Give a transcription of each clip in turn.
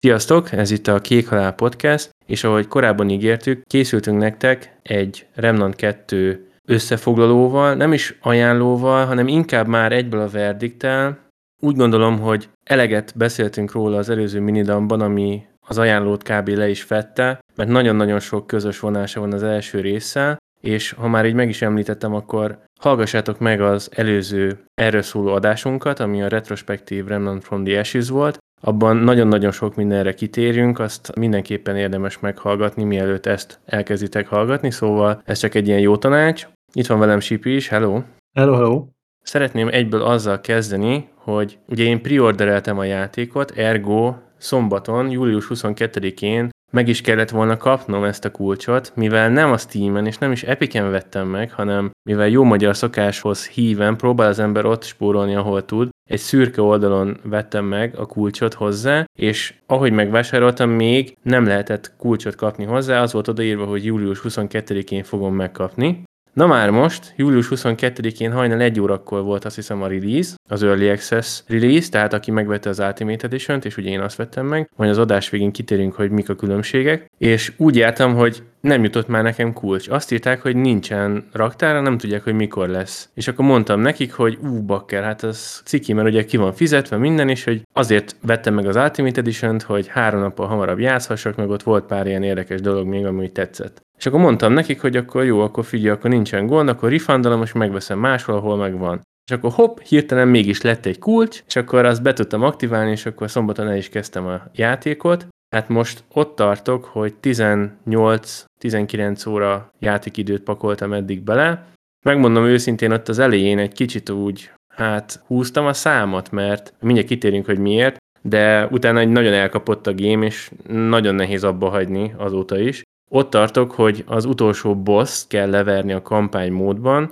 Sziasztok, ez itt a Kék Halál Podcast, és ahogy korábban ígértük, készültünk nektek egy Remnant 2 összefoglalóval, nem is ajánlóval, hanem inkább már egyből a verdiktel. Úgy gondolom, hogy eleget beszéltünk róla az előző minidamban, ami az ajánlót kb. Le is fedte, mert nagyon-nagyon sok közös vonása van az első résszel, és ha már így meg is említettem, akkor hallgassátok meg az előző erről szóló adásunkat, ami a retrospektív Remnant from the Ashes volt. Abban nagyon-nagyon sok mindenre kitérünk, azt mindenképpen érdemes meghallgatni, mielőtt ezt elkezditek hallgatni, szóval ez csak egy ilyen jó tanács. Itt van velem Sipi is, hello! Hello! Szeretném egyből azzal kezdeni, hogy ugye én preordereltem a játékot, ergo szombaton, július 22-én meg is kellett volna kapnom ezt a kulcsot, mivel nem a Steamen és nem is Epicen vettem meg, hanem mivel jó magyar szokáshoz híven próbál az ember ott spórolni, ahol tud, egy szürke oldalon vettem meg a kulcsot hozzá, és ahogy megvásároltam, még nem lehetett kulcsot kapni hozzá, az volt odaírva, hogy július 22-én fogom megkapni. Na már most, július 22-én hajnal 1 órakor volt azt hiszem a release, az Early Access release, tehát aki megvette az Ultimate Edition-t, és ugye én azt vettem meg, majd az adás végén kitérünk, hogy mik a különbségek, és úgy jártam, hogy nem jutott már nekem kulcs. Azt írták, hogy nincsen raktára, nem tudják, hogy mikor lesz. És akkor mondtam nekik, hogy bakker, hát az ciki, mert ugye ki van fizetve minden, és hogy azért vettem meg az Ultimate Edition-t, hogy 3 nappal hamarabb játszhassak, meg ott volt pár ilyen érdekes dolog még, ami tetszett. És akkor mondtam nekik, hogy akkor jó, akkor figyelj, akkor nincsen gond, akkor refundolom, és megveszem máshol, ahol megvan. És akkor hopp, hirtelen mégis lett egy kulcs, és akkor azt be tudtam aktiválni, és akkor szombaton el is kezdtem a játékot. Hát most ott tartok, hogy 18-19 óra játékidőt pakoltam eddig bele. Megmondom őszintén, ott az elején egy kicsit úgy, húztam a számot, mert mindjárt kitérünk, hogy miért, de utána egy nagyon elkapott a game, és nagyon nehéz abba hagyni azóta is. Ott tartok, hogy az utolsó boss kell leverni a kampány módban,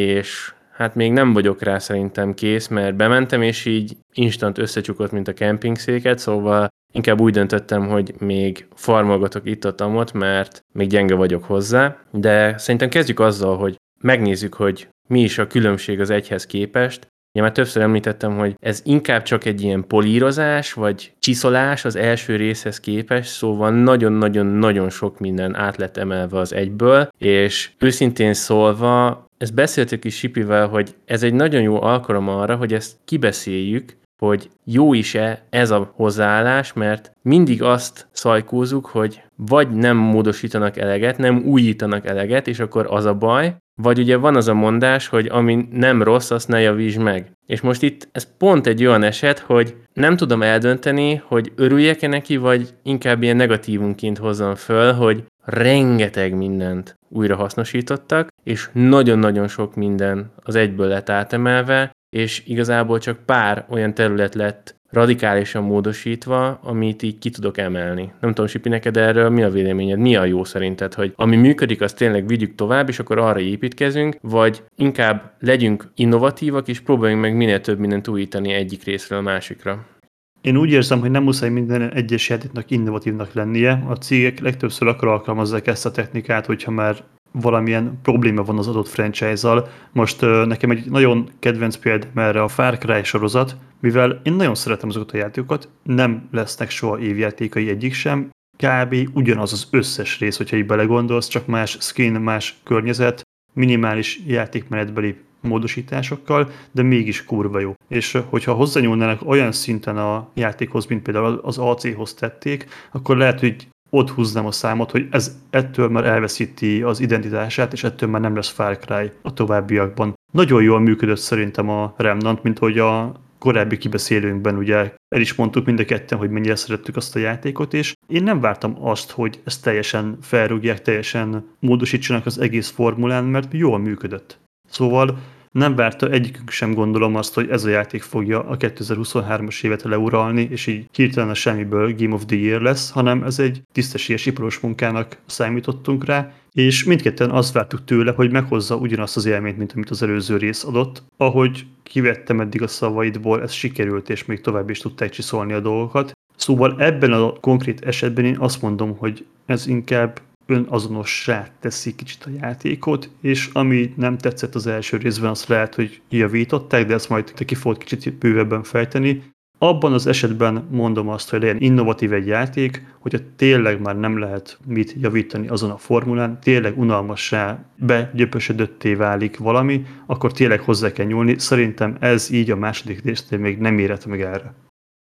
és hát még nem vagyok rá szerintem kész, mert bementem, és így instant összecsukott, mint a kempingszéket, szóval inkább úgy döntöttem, hogy még farmolgatok itt-ott, mert még gyenge vagyok hozzá, de szerintem kezdjük azzal, hogy megnézzük, hogy mi is a különbség az 1-hez képest. Ugye már többször említettem, hogy ez inkább csak egy ilyen polírozás, vagy csiszolás az első részhez képest, szóval nagyon-nagyon-nagyon sok minden át lett emelve az 1-ből, és őszintén szólva, ezt beszéltük is Sipivel, hogy ez egy nagyon jó alkalom arra, hogy ezt kibeszéljük, hogy jó is-e ez a hozzáállás, mert mindig azt szajkózzuk, hogy vagy nem módosítanak eleget, nem újítanak eleget, és akkor az a baj, vagy ugye van az a mondás, hogy ami nem rossz, azt ne javítsd meg. És most itt ez pont egy olyan eset, hogy nem tudom eldönteni, hogy örüljek-e neki, vagy inkább ilyen negatívunként hozzam föl, hogy rengeteg mindent újra hasznosítottak, és nagyon-nagyon sok minden az 1-ből lett átemelve, és igazából csak pár olyan terület lett radikálisan módosítva, amit így ki tudok emelni. Nem tudom, Sipi, neked erről mi a véleményed? Mi a jó szerinted, hogy ami működik, azt tényleg vigyük tovább, és akkor arra építkezünk, vagy inkább legyünk innovatívak, és próbáljunk meg minél több mindent újítani egyik részről a másikra? Én úgy érzem, hogy nem muszáj minden egyes játéknak innovatívnak lennie. A cégek legtöbbször akkor alkalmazzák ezt a technikát, hogyha már valamilyen probléma van az adott franchise-zal. Most nekem egy nagyon kedvenc példám erre a Far Cry sorozat, mivel én nagyon szeretem azokat a játékokat, nem lesznek soha évjátékai egyik sem, kb. Ugyanaz az összes rész, hogyha így belegondolsz, csak más skin, más környezet, minimális játékmenetbeli módosításokkal, de mégis kurva jó. És hogyha hozzányúlnának olyan szinten a játékhoz, mint például az AC-hoz tették, akkor lehet, hogy ott húznám a számot, hogy ez ettől már elveszíti az identitását, és ettől már nem lesz Far Cry a továbbiakban. Nagyon jól működött szerintem a Remnant, mint hogy a korábbi kibeszélőnkben ugye el is mondtuk mind a ketten, hogy mennyire szerettük azt a játékot, és én nem vártam azt, hogy ezt teljesen felrúgják, teljesen módosítsanak az egész formulán, mert jól működött. Szóval nem várta egyikünk sem, gondolom azt, hogy ez a játék fogja a 2023-as évet leuralni, és így hirtelen a semmiből Game of the Year lesz, hanem ez egy tisztességes iparos munkának számítottunk rá, és mindketten azt vártuk tőle, hogy meghozza ugyanazt az élményt, mint amit az előző rész adott. Ahogy kivettem eddig a szavaidból, ez sikerült, és még tovább is tudták csiszolni a dolgokat. Szóval ebben a konkrét esetben én azt mondom, hogy ez inkább önazonossá teszi kicsit a játékot, és ami nem tetszett az első részben, azt lehet, hogy javították, de ezt majd ki fogod kicsit bővebben fejteni. abban az esetben mondom azt, hogy legyen innovatív egy játék, hogyha tényleg már nem lehet mit javítani azon a formulán, tényleg unalmassá, begyöpösödötté válik valami, akkor tényleg hozzá kell nyúlni. Szerintem ez így a második résznél még nem érett meg erre.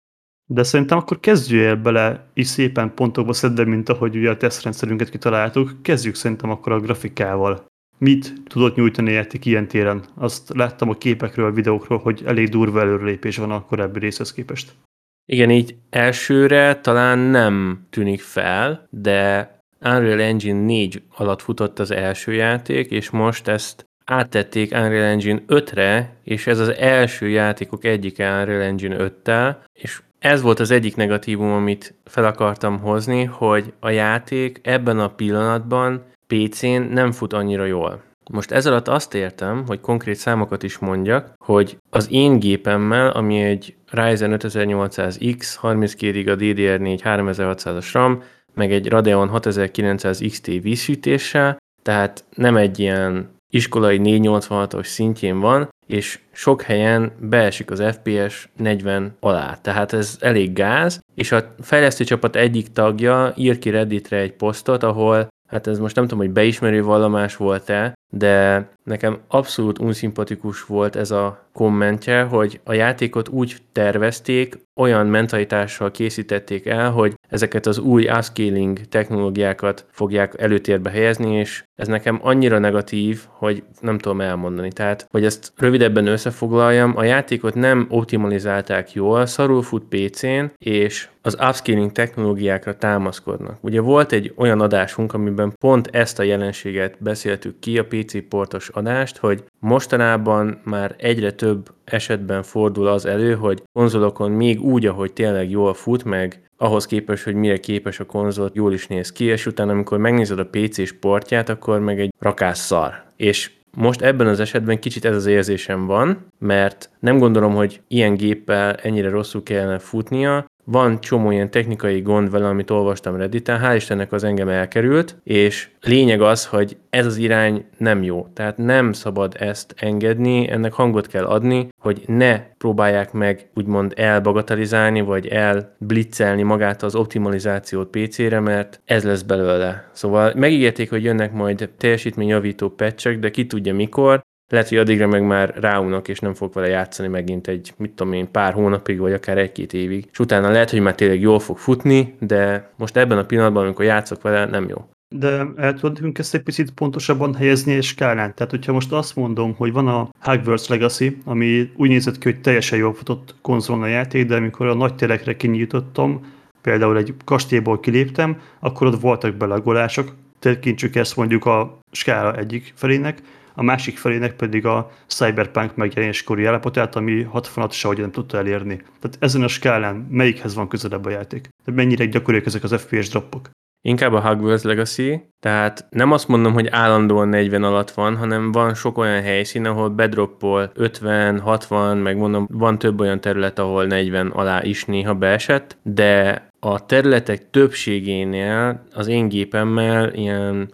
De szerintem akkor kezdjél bele is szépen pontokba szedve, mint ahogy ugye a tesztrendszerünket kitaláltuk, kezdjük szerintem akkor a grafikával. Mit tudott nyújtani a játék ilyen téren? Azt láttam a képekről, a videókról, hogy elég durva előrelépés van a korábbi részhez képest. Igen, így elsőre talán nem tűnik fel, de Unreal Engine 4 alatt futott az első játék, és most ezt áttették Unreal Engine 5-re, és ez az első játékok egyike Unreal Engine 5-tel, és ez volt az egyik negatívum, amit fel akartam hozni, hogy a játék ebben a pillanatban PC-n nem fut annyira jól. Most ez alatt azt értem, hogy konkrét számokat is mondjak, hogy az én gépemmel, ami egy Ryzen 5800X, 32 GB DDR4 3600-as RAM, meg egy Radeon 6900 XT vízsütéssel, tehát nem egy ilyen iskolai 486-os szintjén van, és sok helyen beesik az FPS 40 alá. Tehát ez elég gáz, és a fejlesztő csapat egyik tagja ír ki Redditre egy posztot, ahol, hát ez most nem tudom, hogy beismerő vallomás volt-e, de nekem abszolút unszimpatikus volt ez a kommentje, hogy a játékot úgy tervezték, olyan mentalitással készítették el, hogy ezeket az új upscaling technológiákat fogják előtérbe helyezni, és ez nekem annyira negatív, hogy nem tudom elmondani. Tehát, hogy ezt rövidebben összefoglaljam, a játékot nem optimalizálták jól, szarul fut PC-n, és az upscaling technológiákra támaszkodnak. Ugye volt egy olyan adásunk, amiben pont ezt a jelenséget beszéltük ki, a PC portos adást, hogy mostanában már egyre több esetben fordul az elő, hogy konzolokon még úgy, ahogy tényleg jól fut, meg ahhoz képest, hogy mire képes a konzol, jól is néz ki, és utána, amikor megnézed a PC-s portját, akkor meg egy rakás szar. És most ebben az esetben kicsit ez az érzésem van, mert nem gondolom, hogy ilyen géppel ennyire rosszul kellene futnia. Van csomó ilyen technikai gond vele, amit olvastam Redditen, hál' Istennek az engem elkerült, és lényeg az, hogy ez az irány nem jó. Tehát nem szabad ezt engedni, ennek hangot kell adni, hogy ne próbálják meg úgymond elbagatelizálni, vagy elblitzelni magát az optimalizációt PC-re, mert ez lesz belőle. Szóval megígérték, hogy jönnek majd teljesítményjavító patchek, de ki tudja mikor. Lehet, hogy addigra meg már ráunnak, és nem fog vele játszani megint egy, mit tudom én, pár hónapig, vagy akár egy-két évig. És utána lehet, hogy már tényleg jól fog futni, de most ebben a pillanatban, amikor játszok vele, nem jó. De el tudunk ezt egy picit pontosabban helyezni egy skálán. Tehát, hogyha most azt mondom, hogy van a Hogwarts Legacy, ami úgy nézett ki, hogy teljesen jól futott konzolon a játék, de amikor a nagy terekre kinyitottam, például egy kastélyból kiléptem, akkor ott voltak belagolások, tekintsük ezt mondjuk a skála egyik felének, a másik felének pedig a Cyberpunk megjelenéskori állapotát, ami 60-at sehogy nem tudta elérni. Tehát ezen a skálán melyikhez van közelebb a játék? Tehát mennyire gyakoriak ezek az FPS droppok? Inkább a Hogwarts Legacy, tehát nem azt mondom, hogy állandóan 40 alatt van, hanem van sok olyan helyszín, ahol bedroppol 50, 60, meg mondom, van több olyan terület, ahol 40 alá is néha beesett, de a területek többségénél az én gépemmel ilyen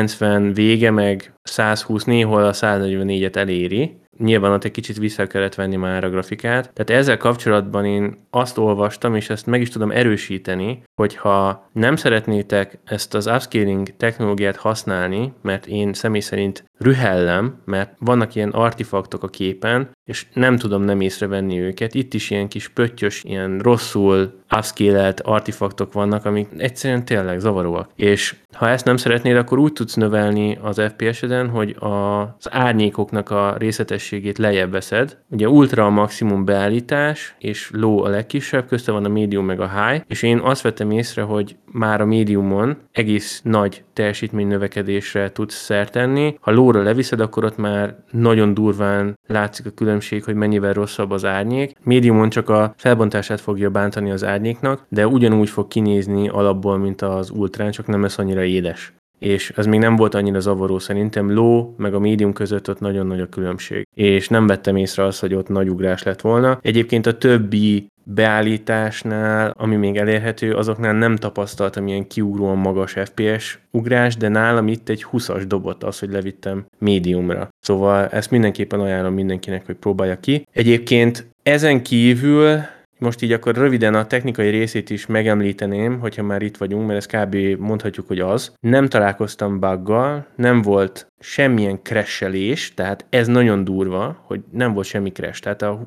90 vége, meg 120, néhol a 144-et eléri. Nyilván ott egy kicsit vissza kellett venni már a grafikát. Tehát ezzel kapcsolatban én azt olvastam, és ezt meg is tudom erősíteni, hogyha nem szeretnétek ezt az upscaling technológiát használni, mert én személy szerint rühellem, mert vannak ilyen artefaktok a képen, és nem tudom nem észrevenni őket. Itt is ilyen kis pöttyös, ilyen rosszul upscalelt artefaktok vannak, amik egyszerűen tényleg zavaróak. És ha ezt nem szeretnéd, akkor úgy tudsz növelni az FPS-eden, hogy az árnyékoknak a részletességét lejjebb veszed. Ugye ultra a maximum beállítás, és low a legkisebb, közte van a medium meg a high, és én azt vettem észre, hogy már a mediumon egész nagy teljesítménynövekedésre tudsz szert tenni. Ha lowra leviszed, akkor ott már nagyon durván látszik a különbség, hogy mennyivel rosszabb az árnyék. Mediumon csak a felbontását fogja bántani az árnyéknak, de ugyanúgy fog kinézni alapból, mint az ultrán, csak nem lesz annyira éles. És ez még nem volt annyira zavaró szerintem, low meg a medium között ott nagyon nagy a különbség. És nem vettem észre azt, hogy ott nagy ugrás lett volna. Egyébként a többi beállításnál, ami még elérhető, azoknál nem tapasztaltam ilyen kiugróan magas FPS ugrás, de nálam itt egy 20-as dobott az, hogy levittem médiumra. Szóval ezt mindenképpen ajánlom mindenkinek, hogy próbálja ki. Egyébként ezen kívül most így akkor röviden a technikai részét is megemlíteném, hogyha már itt vagyunk, mert ez kb. Mondhatjuk, hogy az. Nem találkoztam buggal, nem volt semmilyen crashelés, tehát ez nagyon durva, hogy nem volt semmi crash. Tehát a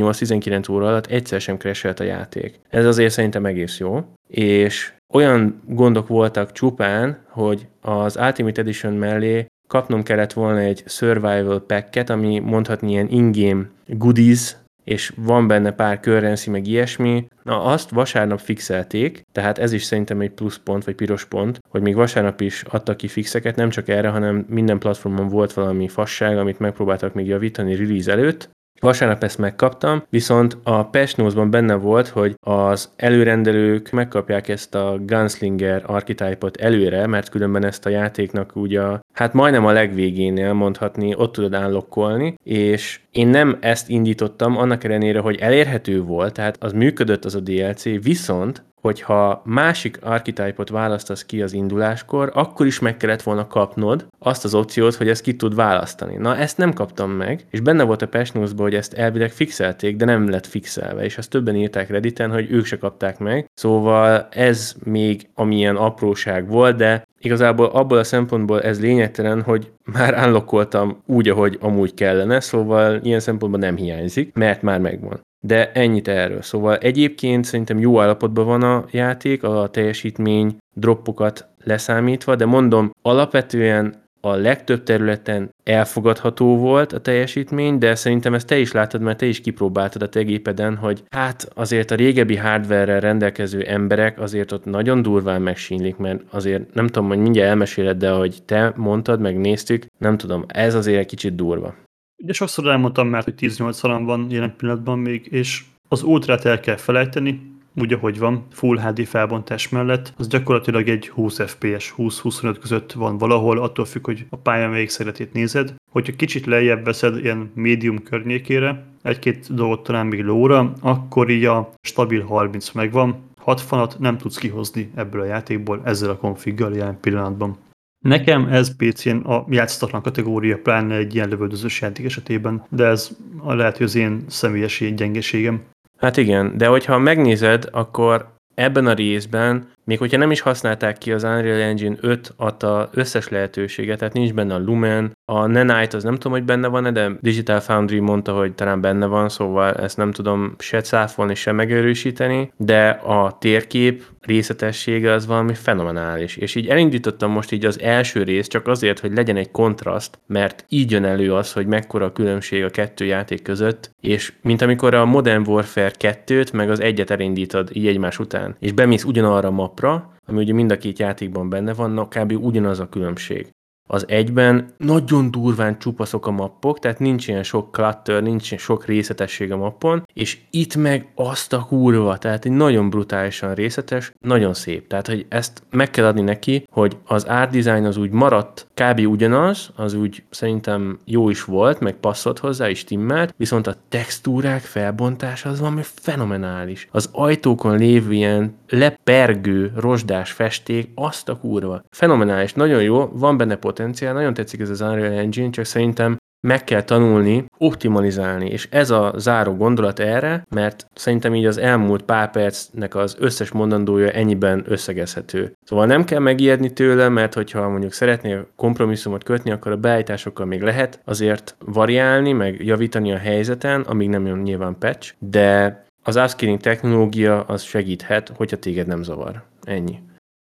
18-19 óra alatt egyszer sem crashelt a játék. Ez azért szerintem egész jó. És olyan gondok voltak csupán, hogy az Ultimate Edition mellé kapnom kellett volna egy survival packet, ami mondhatni ilyen in-game goodies, és van benne pár currency, meg ilyesmi. Na, azt vasárnap fixelték, tehát ez is szerintem egy pluszpont, vagy piros pont, hogy még vasárnap is adtak ki fixeket, nem csak erre, hanem minden platformon volt valami fasság, amit megpróbáltak még javítani release előtt. Vasárnap ezt megkaptam, viszont a patch notes-ban benne volt, hogy az előrendelők megkapják ezt a Gunslinger archetype-ot előre, mert különben ezt a játéknak úgy hát majdnem a legvégénél mondhatni, ott tudod unlockolni, és én nem ezt indítottam, annak ellenére, hogy elérhető volt, tehát az működött az a DLC, viszont hogyha másik archetype-ot választasz ki az induláskor, akkor is meg kellett volna kapnod azt az opciót, hogy ezt ki tud választani. Na, ezt nem kaptam meg, és benne volt a patch notes-ban, hogy ezt elvileg fixelték, de nem lett fixelve, és ezt többen írták Redditen, hogy ők se kapták meg. Szóval ez még amilyen apróság volt, de igazából abból a szempontból ez lényegtelen, hogy már unlockoltam úgy, ahogy amúgy kellene, szóval ilyen szempontból nem hiányzik, mert már megvan. De ennyit erről. Szóval egyébként szerintem jó állapotban van a játék, a teljesítmény droppokat leszámítva, de mondom, alapvetően a legtöbb területen elfogadható volt a teljesítmény, de szerintem ezt te is láttad, mert te is kipróbáltad a te gépeden, hogy hát azért a régebbi hardware-rel rendelkező emberek azért ott nagyon durván megsínlik, mert azért nem tudom, hogy mindjárt elmeséled, de ahogy te mondtad, megnéztük, nem tudom, ez azért egy kicsit durva. Ugye sokszor elmondtam már, hogy 1080-an van jelen pillanatban még, és az ultrát el kell felejteni, úgy ahogy van, Full HD felbontás mellett, az gyakorlatilag egy 20 FPS, 20-25 között van valahol, attól függ, hogy a pálya melyik szegletét nézed. Hogyha kicsit lejjebb veszed ilyen médium környékére, egy-két dolgot talán még lóra, akkor így a stabil 30 megvan, 60-at nem tudsz kihozni ebből a játékból ezzel a konfiggal jelen pillanatban. Nekem ez PC-n a játszatlan kategória, pláne egy ilyen lövöldözős játék esetében, de ez lehet, hogy az én személyes gyengeségem. Hát igen, de hogyha megnézed, akkor ebben a részben, még hogyha nem is használták ki az Unreal Engine 5 adta összes lehetőséget, tehát nincs benne a Lumen, a Nanite az nem tudom, hogy benne van-e, de Digital Foundry mondta, hogy talán benne van, szóval ezt nem tudom se cáfolni, se megerősíteni, de a térkép részletessége az valami fenomenális. És így elindítottam most így az első részt csak azért, hogy legyen egy kontraszt, mert így jön elő az, hogy mekkora a különbség a kettő játék között, és mint amikor a Modern Warfare 2-t meg az egyet elindítod így egymás után, és bemész ugyanarra a mapra, ami ugye mind a két játékban benne van, kb. Ugyanaz a különbség. Az egyben nagyon durván csupaszok a mappok, tehát nincs ilyen sok clutter, nincs ilyen sok részletesség a mappon, és itt meg azt a kurva, tehát egy nagyon brutálisan részletes, nagyon szép. Tehát, hogy ezt meg kell adni neki, hogy az art design az úgy maradt, kb. Ugyanaz, az úgy szerintem jó is volt, meg passzolt hozzá, és stimmelt, viszont a textúrák felbontása az valami fenomenális. Az ajtókon lévő ilyen lepergő, rozsdás festék, azt a kurva. Fenomenális, nagyon jó, van benne potenciál, nagyon tetszik ez az Unreal Engine, csak szerintem meg kell tanulni, optimalizálni, és ez a záró gondolat erre, mert szerintem így az elmúlt pár percnek az összes mondandója ennyiben összegezhető. Szóval nem kell megijedni tőle, mert hogyha mondjuk szeretnél kompromisszumot kötni, akkor a beállításokkal még lehet azért variálni, meg javítani a helyzeten, amíg nem jön nyilván patch, de az upscaling technológia az segíthet, hogyha téged nem zavar. Ennyi.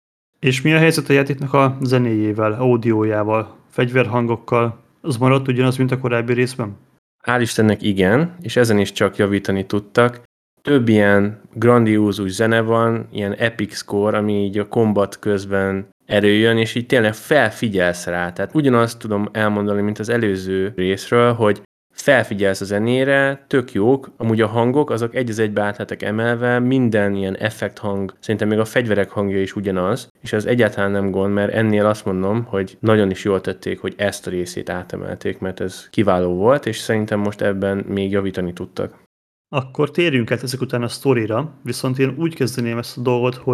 És mi a helyzet a játéknak a zenéjével, audiójával, fegyverhangokkal? Az maradt ugyanaz, mint a korábbi részben? Hál' Istennek igen, és ezen is csak javítani tudtak. Több ilyen grandiózus zene van, ilyen epic score, ami így a combat közben erőjön, és így tényleg felfigyelsz rá. Tehát ugyanazt tudom elmondani, mint az előző részről, hogy felfigyelsz a zenére, tök jók, amúgy a hangok, azok egy az egybe át lettek emelve, minden ilyen effekt hang, szerintem még a fegyverek hangja is ugyanaz, és ez egyáltalán nem gond, mert ennél azt mondom, hogy nagyon is jól tették, hogy ezt a részét átemelték, mert ez kiváló volt, és szerintem most ebben még javítani tudtak. Akkor térjünk át ezek után a sztorira, viszont én úgy kezdeném ezt a dolgot, hogy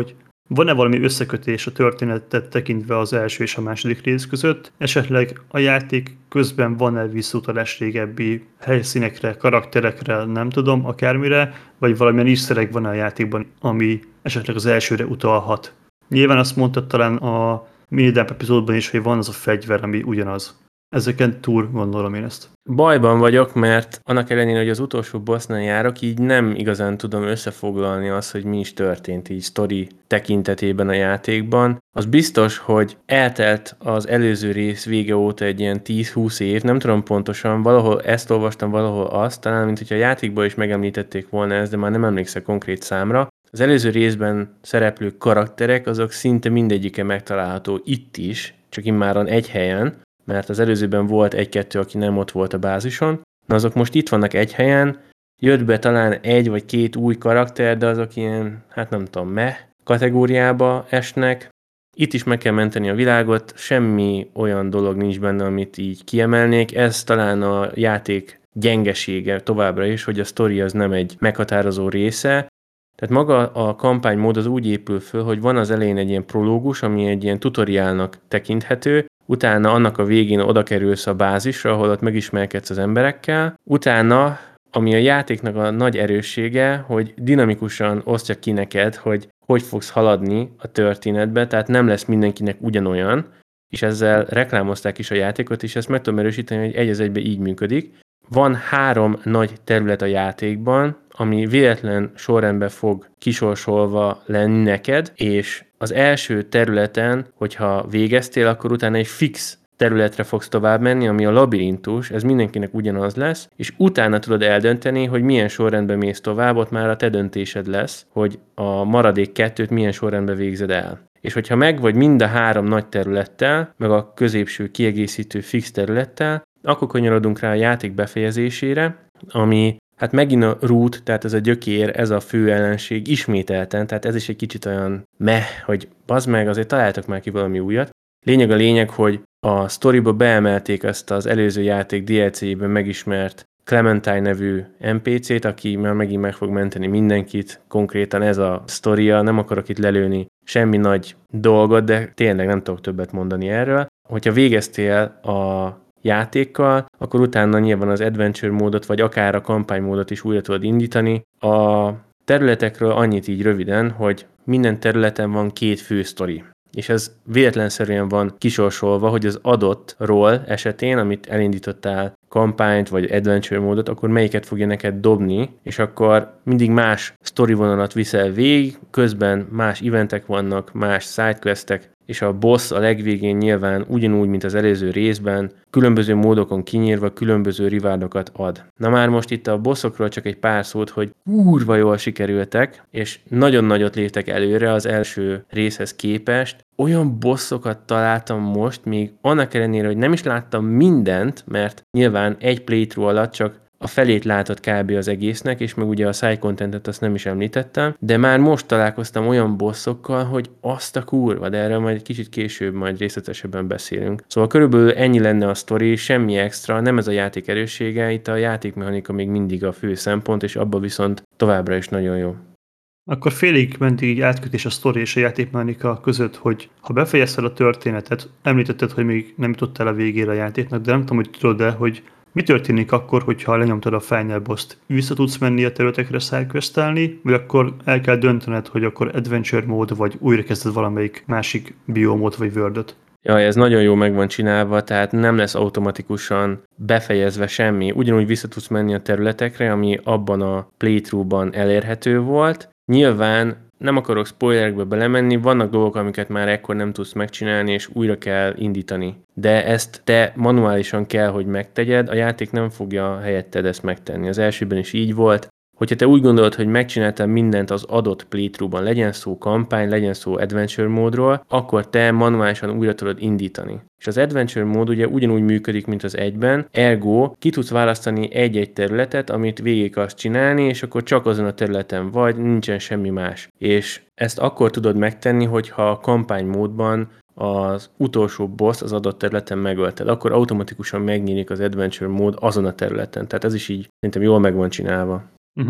Van-e valami összekötés a történetet tekintve az első és a második rész között? Esetleg a játék közben van-e visszautalás régebbi helyszínekre, karakterekre, nem tudom, akármire, vagy valamilyen easter egg van a játékban, ami esetleg az elsőre utalhat? Nyilván azt mondtad talán a Minidump epizódban is, hogy van az a fegyver, ami ugyanaz. Ezeken túl gondolom én ezt. Bajban vagyok, mert annak ellenére, hogy az utolsó bossnál járok, így nem igazán tudom összefoglalni azt, hogy mi is történt így sztori tekintetében a játékban. Az biztos, hogy eltelt az előző rész vége óta egy ilyen 10-20 év, nem tudom pontosan, valahol ezt olvastam, valahol azt, talán mint hogyha a játékban is megemlítették volna ezt, de már nem emlékszek konkrét számra. Az előző részben szereplő karakterek, azok szinte mindegyike megtalálható itt is, csak immáron egy helyen, mert az előzőben volt egy-kettő, aki nem ott volt a bázison. Na azok most itt vannak egy helyen, jött be talán egy vagy két új karakter, de azok ilyen, hát nem tudom, kategóriába esnek. Itt is meg kell menteni a világot, semmi olyan dolog nincs benne, amit így kiemelnék. Ez talán a játék gyengesége továbbra is, hogy a sztori az nem egy meghatározó része. Tehát maga a kampánymód az úgy épül föl, hogy van az elején egy ilyen prológus, ami egy ilyen tutoriálnak tekinthető, utána annak a végén oda kerülsz a bázisra, ahol ott megismerkedsz az emberekkel, utána, ami a játéknak a nagy erőssége, hogy dinamikusan osztja ki neked, hogy fogsz haladni a történetbe, tehát nem lesz mindenkinek ugyanolyan, és ezzel reklámozták is a játékot, és ezt meg tudom erősíteni, hogy egy az egybe így működik. Van 3 nagy terület a játékban, ami véletlen sorrendben fog kisorsolva lenni neked, és az első területen, hogyha végeztél, akkor utána egy fix területre fogsz tovább menni, ami a labirintus, ez mindenkinek ugyanaz lesz, és utána tudod eldönteni, hogy milyen sorrendben mész tovább, ott már a te döntésed lesz, hogy a maradék 2-t milyen sorrendben végzed el. És hogyha megvagy mind a 3 nagy területtel, meg a középső kiegészítő fix területtel, akkor kanyarodunk rá a játék befejezésére, ami hát megint a root, tehát ez a gyökér, ez a fő ellenség ismételten, tehát ez is egy kicsit olyan hogy bazd meg, azért találtak már ki valami újat. Lényeg a lényeg, hogy a sztoriba beemelték ezt az előző játék DLC-ben megismert Clementine nevű NPC-t, aki már megint meg fog menteni mindenkit, konkrétan ez a sztoria, nem akarok itt lelőni semmi nagy dolgot, de tényleg nem tudok többet mondani erről. Hogyha végeztél a játékkal, akkor utána nyilván az adventure módot, vagy akár a kampánymódot is újra tudod indítani. A területekről annyit így röviden, hogy minden területen van 2 fő sztori. És ez véletlenszerűen van kisorsolva, hogy az adott role esetén, amit elindítottál kampányt vagy adventure módot, akkor melyiket fogja neked dobni, és akkor mindig más sztori vonalat viszel végig, közben más eventek vannak, más sidequestek, és a boss a legvégén nyilván ugyanúgy, mint az előző részben, különböző módokon kinyírva különböző rivárdokat ad. Na már most itt a bossokról csak egy pár szót, hogy kurva jól sikerültek, és nagyon nagyot léptek előre az első részhez képest. Olyan bossokat találtam most, még annak ellenére, hogy nem is láttam mindent, mert nyilván egy playthrough alatt csak a felét látott kb. Az egésznek, és meg ugye a side contentet azt nem is említettem, de már most találkoztam olyan bossokkal, hogy azt a kurva, de erről majd egy kicsit később majd részletesebben beszélünk. Szóval körülbelül ennyi lenne a sztori, semmi extra, nem ez a játék erőssége, itt a játékmechanika még mindig a fő szempont, és abban viszont továbbra is nagyon jó. Akkor félig ment így átkötés a sztori és a játékmechanika között, hogy ha befejezted a történetet, említetted, hogy még nem jutottál a végére a játéknak, de nem tudom, hogy tudod-e, hogy mi történik akkor, hogyha lenyomtad a final boss-t? Vissza tudsz menni a területekre sidequestelni, vagy akkor el kell döntened, hogy akkor adventure mód, vagy újra kezded valamelyik másik biomót vagy worldot? Jaj, ez nagyon jó meg van csinálva, tehát nem lesz automatikusan befejezve semmi. Ugyanúgy vissza tudsz menni a területekre, ami abban a playthrough-ban elérhető volt. Nyilván nem akarok spoilerekbe belemenni, vannak dolgok, amiket már ekkor nem tudsz megcsinálni, és újra kell indítani. De ezt te manuálisan kell, hogy megtegyed, a játék nem fogja helyetted ezt megtenni. Az elsőben is így volt. Hogyha te úgy gondolod, hogy megcsináltál mindent az adott playthrough-ban, legyen szó kampány, legyen szó adventure módról, akkor te manuálisan újra tudod indítani. És az adventure mód ugye ugyanúgy működik, mint az egyben, ergo ki tudsz választani egy-egy területet, amit végig akarsz csinálni, és akkor csak azon a területen vagy, nincsen semmi más. És ezt akkor tudod megtenni, hogyha a kampány módban az utolsó boss az adott területen megölted, akkor automatikusan megnyílik az adventure mód azon a területen. Tehát ez is így szerintem jól meg van csinálva.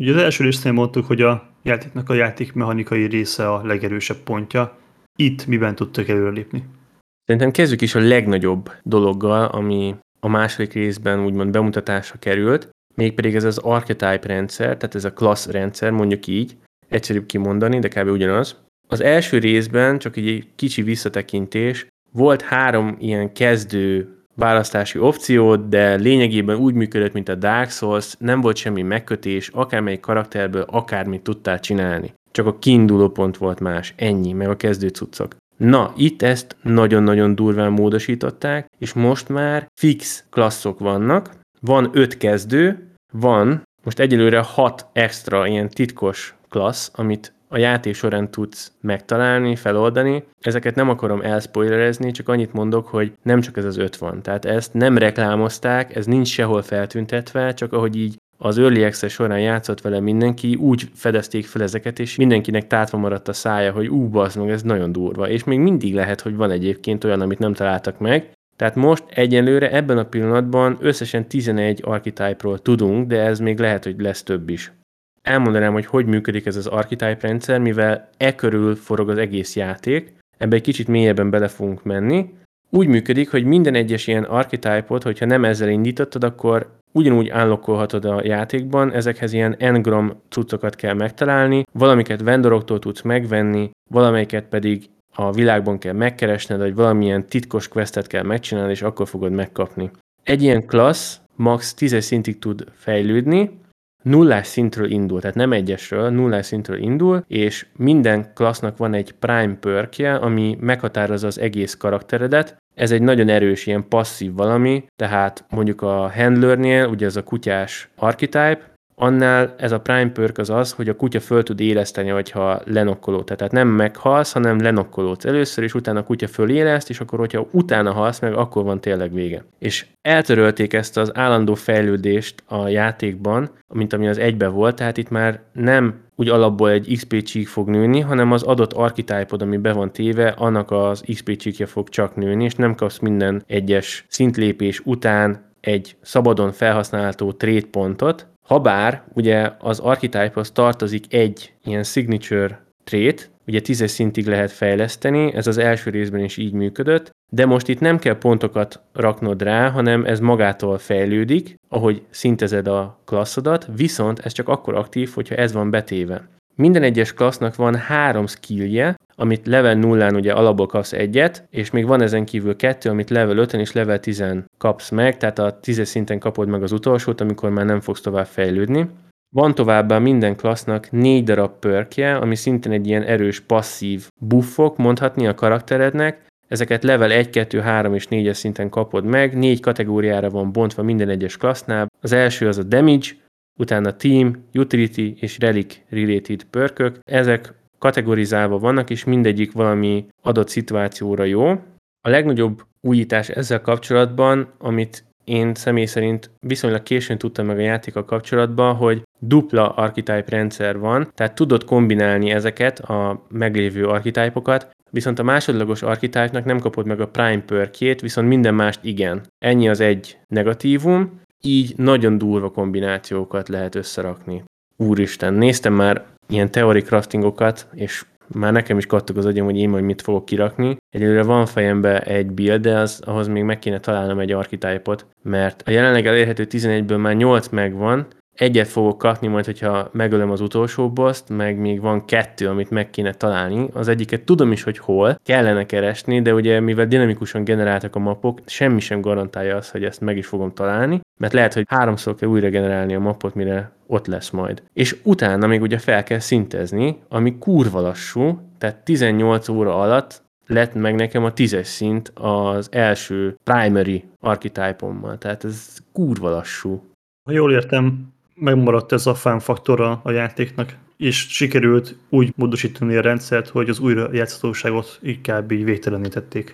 Ugye az első résznél mondtuk, hogy a játéknak a játékmechanikai része a legerősebb pontja. Itt miben tudtak előrelépni? Szerintem kezdjük is a legnagyobb dologgal, ami a második részben úgymond bemutatásra került, mégpedig ez az archetype rendszer, tehát ez a class rendszer, mondjuk így, egyszerűbb kimondani, de kb. Ugyanaz. Az első részben, csak egy kicsi visszatekintés, volt 3 ilyen kezdő választási opciót, de lényegében úgy működött, mint a Dark Souls, nem volt semmi megkötés, akármelyik karakterből akármit tudtál csinálni. Csak a kiinduló pont volt más, ennyi, meg a kezdő cuccok. Na, itt ezt nagyon-nagyon durván módosították, és most már fix klasszok vannak, van 5 kezdő, van most egyelőre 6 extra ilyen titkos klassz, amit a játék során tudsz megtalálni, feloldani. Ezeket nem akarom elspoilerezni, csak annyit mondok, hogy nem csak ez az 5 van. Tehát ezt nem reklámozták, ez nincs sehol feltüntetve, csak ahogy így az Early Access során játszott vele mindenki, úgy fedezték fel ezeket, és mindenkinek tátva maradt a szája, hogy bazd meg, ez nagyon durva. És még mindig lehet, hogy van egyébként olyan, amit nem találtak meg. Tehát most egyelőre ebben a pillanatban összesen 11 archetype-ról tudunk, de ez még lehet, hogy lesz több is. Elmondanám, hogy működik ez az archetype rendszer, mivel körül forog az egész játék, ebbe egy kicsit mélyebben bele fogunk menni. Úgy működik, hogy minden egyes ilyen archetype-ot, hogyha nem ezzel indítottad, akkor ugyanúgy unlockolhatod a játékban, ezekhez ilyen engram cuccokat kell megtalálni, valamiket vendoroktól tudsz megvenni, valamelyiket pedig a világban kell megkeresned, vagy valamilyen titkos questet kell megcsinálni, és akkor fogod megkapni. Egy ilyen klassz max 10 szintig tud fejlődni, nullás szintről indul, tehát nem egyesről, nullás szintről indul, és minden klassznak van egy prime perkje, ami meghatározza az egész karakteredet. Ez egy nagyon erős, ilyen passzív valami, tehát mondjuk a handlernél, ugye ez a kutyás archetype, annál ez a prime perk az, hogy a kutya föl tud éleszteni, hogyha lenokkolod. Tehát nem meghalsz, hanem lenokkolódsz először, és utána a kutya föléleszt, és akkor, hogyha utána halsz meg, akkor van tényleg vége. És eltörölték ezt az állandó fejlődést a játékban, mint ami az egyben volt, tehát itt már nem úgy alapból egy XP csík fog nőni, hanem az adott archetype-od, ami be van téve, annak az XP csíkja fog csak nőni, és nem kapsz minden egyes szintlépés után egy szabadon felhasználható trade pontot, habár ugye az archetype-hoz tartozik egy ilyen signature trait, ugye 10 szintig lehet fejleszteni, ez az első részben is így működött, de most itt nem kell pontokat raknod rá, hanem ez magától fejlődik, ahogy szintezed a klasszodat, viszont ez csak akkor aktív, hogyha ez van betéve. Minden egyes klassznak van 3 skillje, amit level 0-án ugye alapból kapsz egyet, és még van ezen kívül 2, amit level 5-en és level 10-en kapsz meg, tehát a 10 szinten kapod meg az utolsót, amikor már nem fogsz tovább fejlődni. Van továbbá minden klassznak 4 darab perkje, ami szintén egy ilyen erős passzív buffok, mondhatni a karakterednek. Ezeket level 1, 2, 3 és 4-es szinten kapod meg, 4 kategóriára van bontva minden egyes klassznál. Az első az a damage, utána team, utility és relic related perkök. Ezek kategorizálva vannak, és mindegyik valami adott szituációra jó. A legnagyobb újítás ezzel kapcsolatban, amit én személy szerint viszonylag későn tudtam meg a játékkal kapcsolatban, hogy dupla archetype rendszer van, tehát tudod kombinálni ezeket a meglévő archetype-okat, viszont a másodlagos archetype-nak nem kapod meg a prime perkjét, viszont minden mást igen. Ennyi az egy negatívum, így nagyon durva kombinációkat lehet összerakni. Úristen, néztem már ilyen theory craftingokat, és már nekem is kattog az agyam, hogy én majd mit fogok kirakni. Egyelőre van fejembe egy build, de ahhoz még meg kéne találnom egy archetype-ot, mert a jelenleg elérhető 11-ből már 8 megvan, egyet fogok kapni majd, hogyha megölöm az utolsó boszt, meg még van 2, amit meg kéne találni. Az egyiket tudom is, hogy hol, kellene keresni, de ugye mivel dinamikusan generáltak a mapok, semmi sem garantálja azt, hogy ezt meg is fogom találni, mert lehet, hogy 3-szor kell újra generálni a mapot, mire ott lesz majd. És utána még ugye fel kell szintezni, ami kurva lassú, tehát 18 óra alatt lett meg nekem a 10-es szint az első primary archetype-ommal, tehát ez kurva lassú. Ha jól értem, megmaradt ez a fun faktora a játéknak, és sikerült úgy módosítani a rendszert, hogy az újrajátszhatóságot inkább így végtelenítették.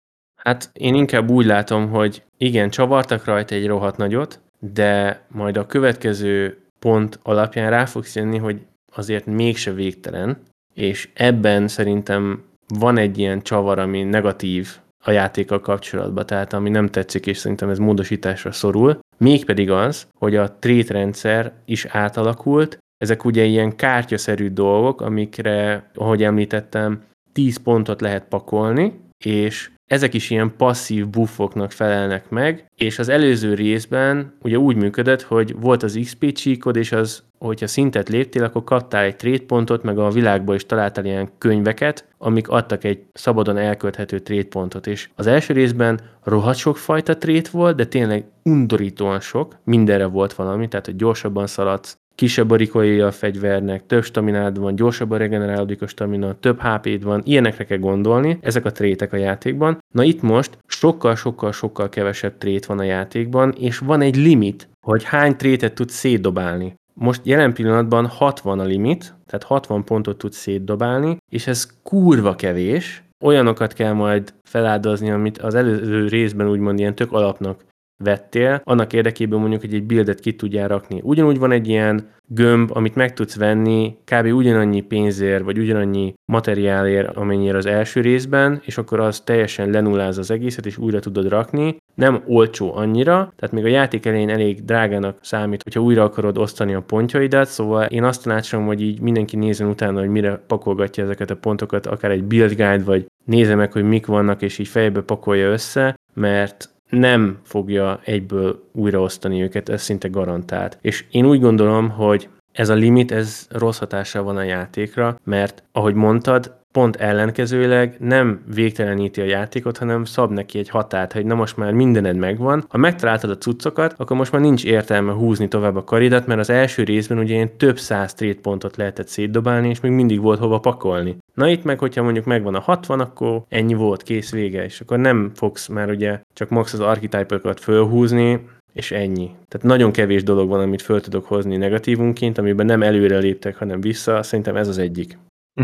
Hát én inkább úgy látom, hogy igen, csavartak rajta egy rohadt nagyot, de majd a következő pont alapján rá fogsz jönni, hogy azért mégse végtelen, és ebben szerintem van egy ilyen csavar, ami negatív a játékkal kapcsolatban, tehát ami nem tetszik, és szerintem ez módosításra szorul. Mégpedig az, hogy a trait rendszer is átalakult, ezek ugye ilyen kártyaszerű dolgok, amikre, ahogy említettem, 10 pontot lehet pakolni, és ezek is ilyen passzív buffoknak felelnek meg, és az előző részben ugye úgy működött, hogy volt az XP csíkod, és az, hogyha szintet léptél, akkor kaptál egy trade pontot, meg a világban is találtál ilyen könyveket, amik adtak egy szabadon elkölthető trade pontot, és az első részben rohadt sok fajta trade volt, de tényleg undorítóan sok, mindenre volt valami, tehát hogy gyorsabban szaladsz, kisebb a recoilja a fegyvernek, több staminád van, gyorsabban regenerálódik a stamina, több HP-d van, ilyenekre kell gondolni, ezek a trétek a játékban. Na itt most sokkal kevesebb trét van a játékban, és van egy limit, hogy hány trétet tudsz szétdobálni. Most jelen pillanatban 60 a limit, tehát 60 pontot tudsz szétdobálni, és ez kurva kevés, olyanokat kell majd feláldozni, amit az előző részben úgymond ilyen tök alapnak vettél, annak érdekében mondjuk, hogy egy buildet ki tudjál rakni. Ugyanúgy van egy ilyen gömb, amit meg tudsz venni kb. Ugyanannyi pénzért, vagy ugyanannyi materiálért, amennyire az első részben, és akkor az teljesen lenulláz az egészet, és újra tudod rakni. Nem olcsó annyira, tehát még a játék elején elég drágának számít, hogyha újra akarod osztani a pontjaidat, szóval én azt tanácsolom, hogy így mindenki nézzen utána, hogy mire pakolgatja ezeket a pontokat, akár egy build guide, vagy nézze meg, hogy mik vannak, és így fejbe pakolja össze, mert nem fogja egyből újraosztani őket, ez szinte garantált. És én úgy gondolom, hogy ez a limit, ez rossz hatással van a játékra, mert ahogy mondtad, pont ellenkezőleg nem végteleníti a játékot, hanem szab neki egy határt, hogy na most már mindened megvan. Ha megtaláltad a cuccokat, akkor most már nincs értelme húzni tovább a karidat, mert az első részben ugye ilyen több száz trade pontot lehetett szétdobálni, és még mindig volt hova pakolni. Na itt meg, hogyha mondjuk megvan a 60, akkor ennyi volt, kész, vége, és akkor nem fogsz már ugye csak max az archetype-okat fölhúzni, és ennyi. Tehát nagyon kevés dolog van, amit föl tudok hozni negatívunként, amiben nem előre léptek, hanem vissza. Szerintem ez az egyik.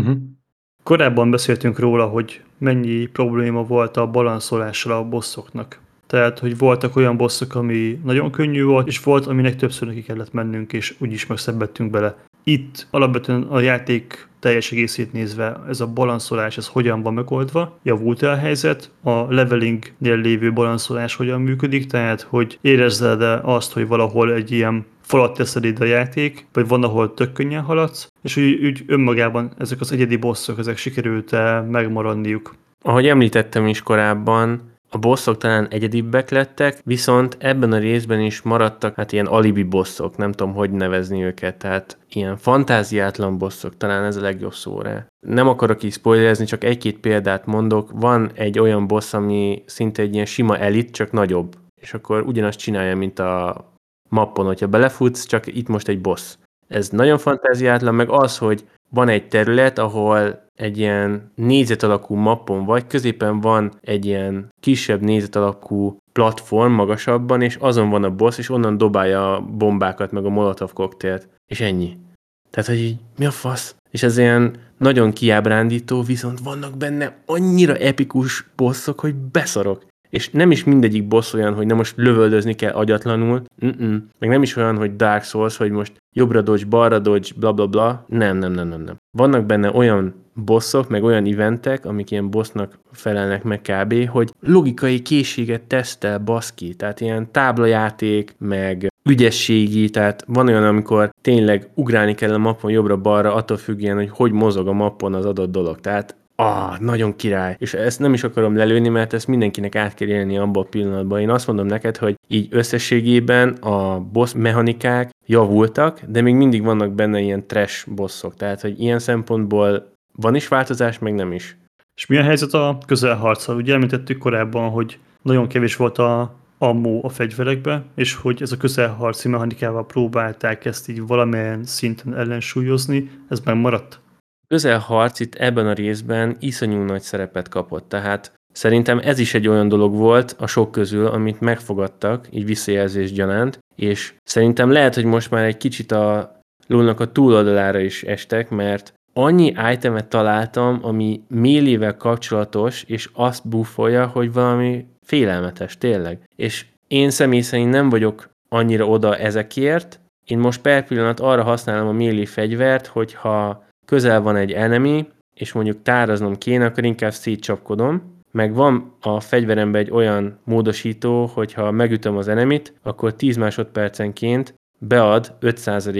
Korábban beszéltünk róla, hogy mennyi probléma volt a balanszоlással a bosszoknak. Tehát, hogy voltak olyan bosszok, ami nagyon könnyű volt, és volt, aminek többször neki kellett mennünk, és úgyis megszebbedtünk bele. Itt alapvetően a játék teljes egészét nézve ez a balanszolás, ez hogyan van megoldva, javult-e a helyzet, a levelingnél lévő balanszolás hogyan működik, tehát hogy érezzed-e azt, hogy valahol egy ilyen falat teszed ide a játék, vagy van, ahol tök könnyen haladsz, és úgy önmagában ezek az egyedi bosszok, ezek sikerült-e megmaradniuk. Ahogy említettem is korábban, a bosszok talán egyedibbek lettek, viszont ebben a részben is maradtak hát ilyen alibi bosszok, nem tudom, hogy nevezni őket, tehát ilyen fantáziátlan bosszok, talán ez a legjobb szó rá. Nem akarok így spoilerezni, csak egy-két példát mondok. Van egy olyan boss, ami szinte egy ilyen sima elit, csak nagyobb, és akkor ugyanazt csinálja, mint a mappon, hogyha belefutsz, csak itt most egy boss. Ez nagyon fantáziátlan, meg az, hogy van egy terület, ahol egy ilyen négyzet alakú mappon vagy, középen van egy ilyen kisebb négyzet alakú platform magasabban, és azon van a boss, és onnan dobálja a bombákat, meg a molotov koktélt. És ennyi. Tehát, hogy így, mi a fasz? És ez ilyen nagyon kiábrándító, viszont vannak benne annyira epikus bosszok, hogy beszarok. És nem is mindegyik boss olyan, hogy nem most lövöldözni kell agyatlanul, meg nem is olyan, hogy Dark Souls, hogy most jobbra dodge, balra dodge, bla bla bla, nem. Vannak benne olyan bosszok, meg olyan eventek, amik ilyen bossnak felelnek meg kb., hogy logikai készséget tesztel, baszki, tehát ilyen táblajáték, meg ügyességi, tehát van olyan, amikor tényleg ugrálni kell a mappon jobbra-balra, attól függően, hogy mozog a mappon az adott dolog, tehát nagyon király. És ezt nem is akarom lelőni, mert ezt mindenkinek át kell élni abban a pillanatban. Én azt mondom neked, hogy így összességében a boss mechanikák javultak, de még mindig vannak benne ilyen trash bosszok. Tehát, hogy ilyen szempontból van is változás, meg nem is. És mi a helyzet a közelharccal? Ugye említettük korábban, hogy nagyon kevés volt a ammo a fegyverekbe, és hogy ez a közelharci mechanikával próbálták ezt így valamilyen szinten ellensúlyozni, ez megmaradt? Közelharc itt ebben a részben iszonyú nagy szerepet kapott, tehát szerintem ez is egy olyan dolog volt a sok közül, amit megfogadtak, így visszajelzés gyanánt, és szerintem lehet, hogy most már egy kicsit a lónak a túloldalára is estek, mert annyi itemet találtam, ami mélével kapcsolatos, és azt buffolja, hogy valami félelmetes, tényleg. És én személy szerint nem vagyok annyira oda ezekért, én most per pillanat arra használom a melee fegyvert, hogyha közel van egy enemy, és mondjuk táraznom kéne, akkor inkább szétcsapkodom, meg van a fegyveremben egy olyan módosító, hogyha megütöm az enemit, akkor 10 másodpercenként bead 5%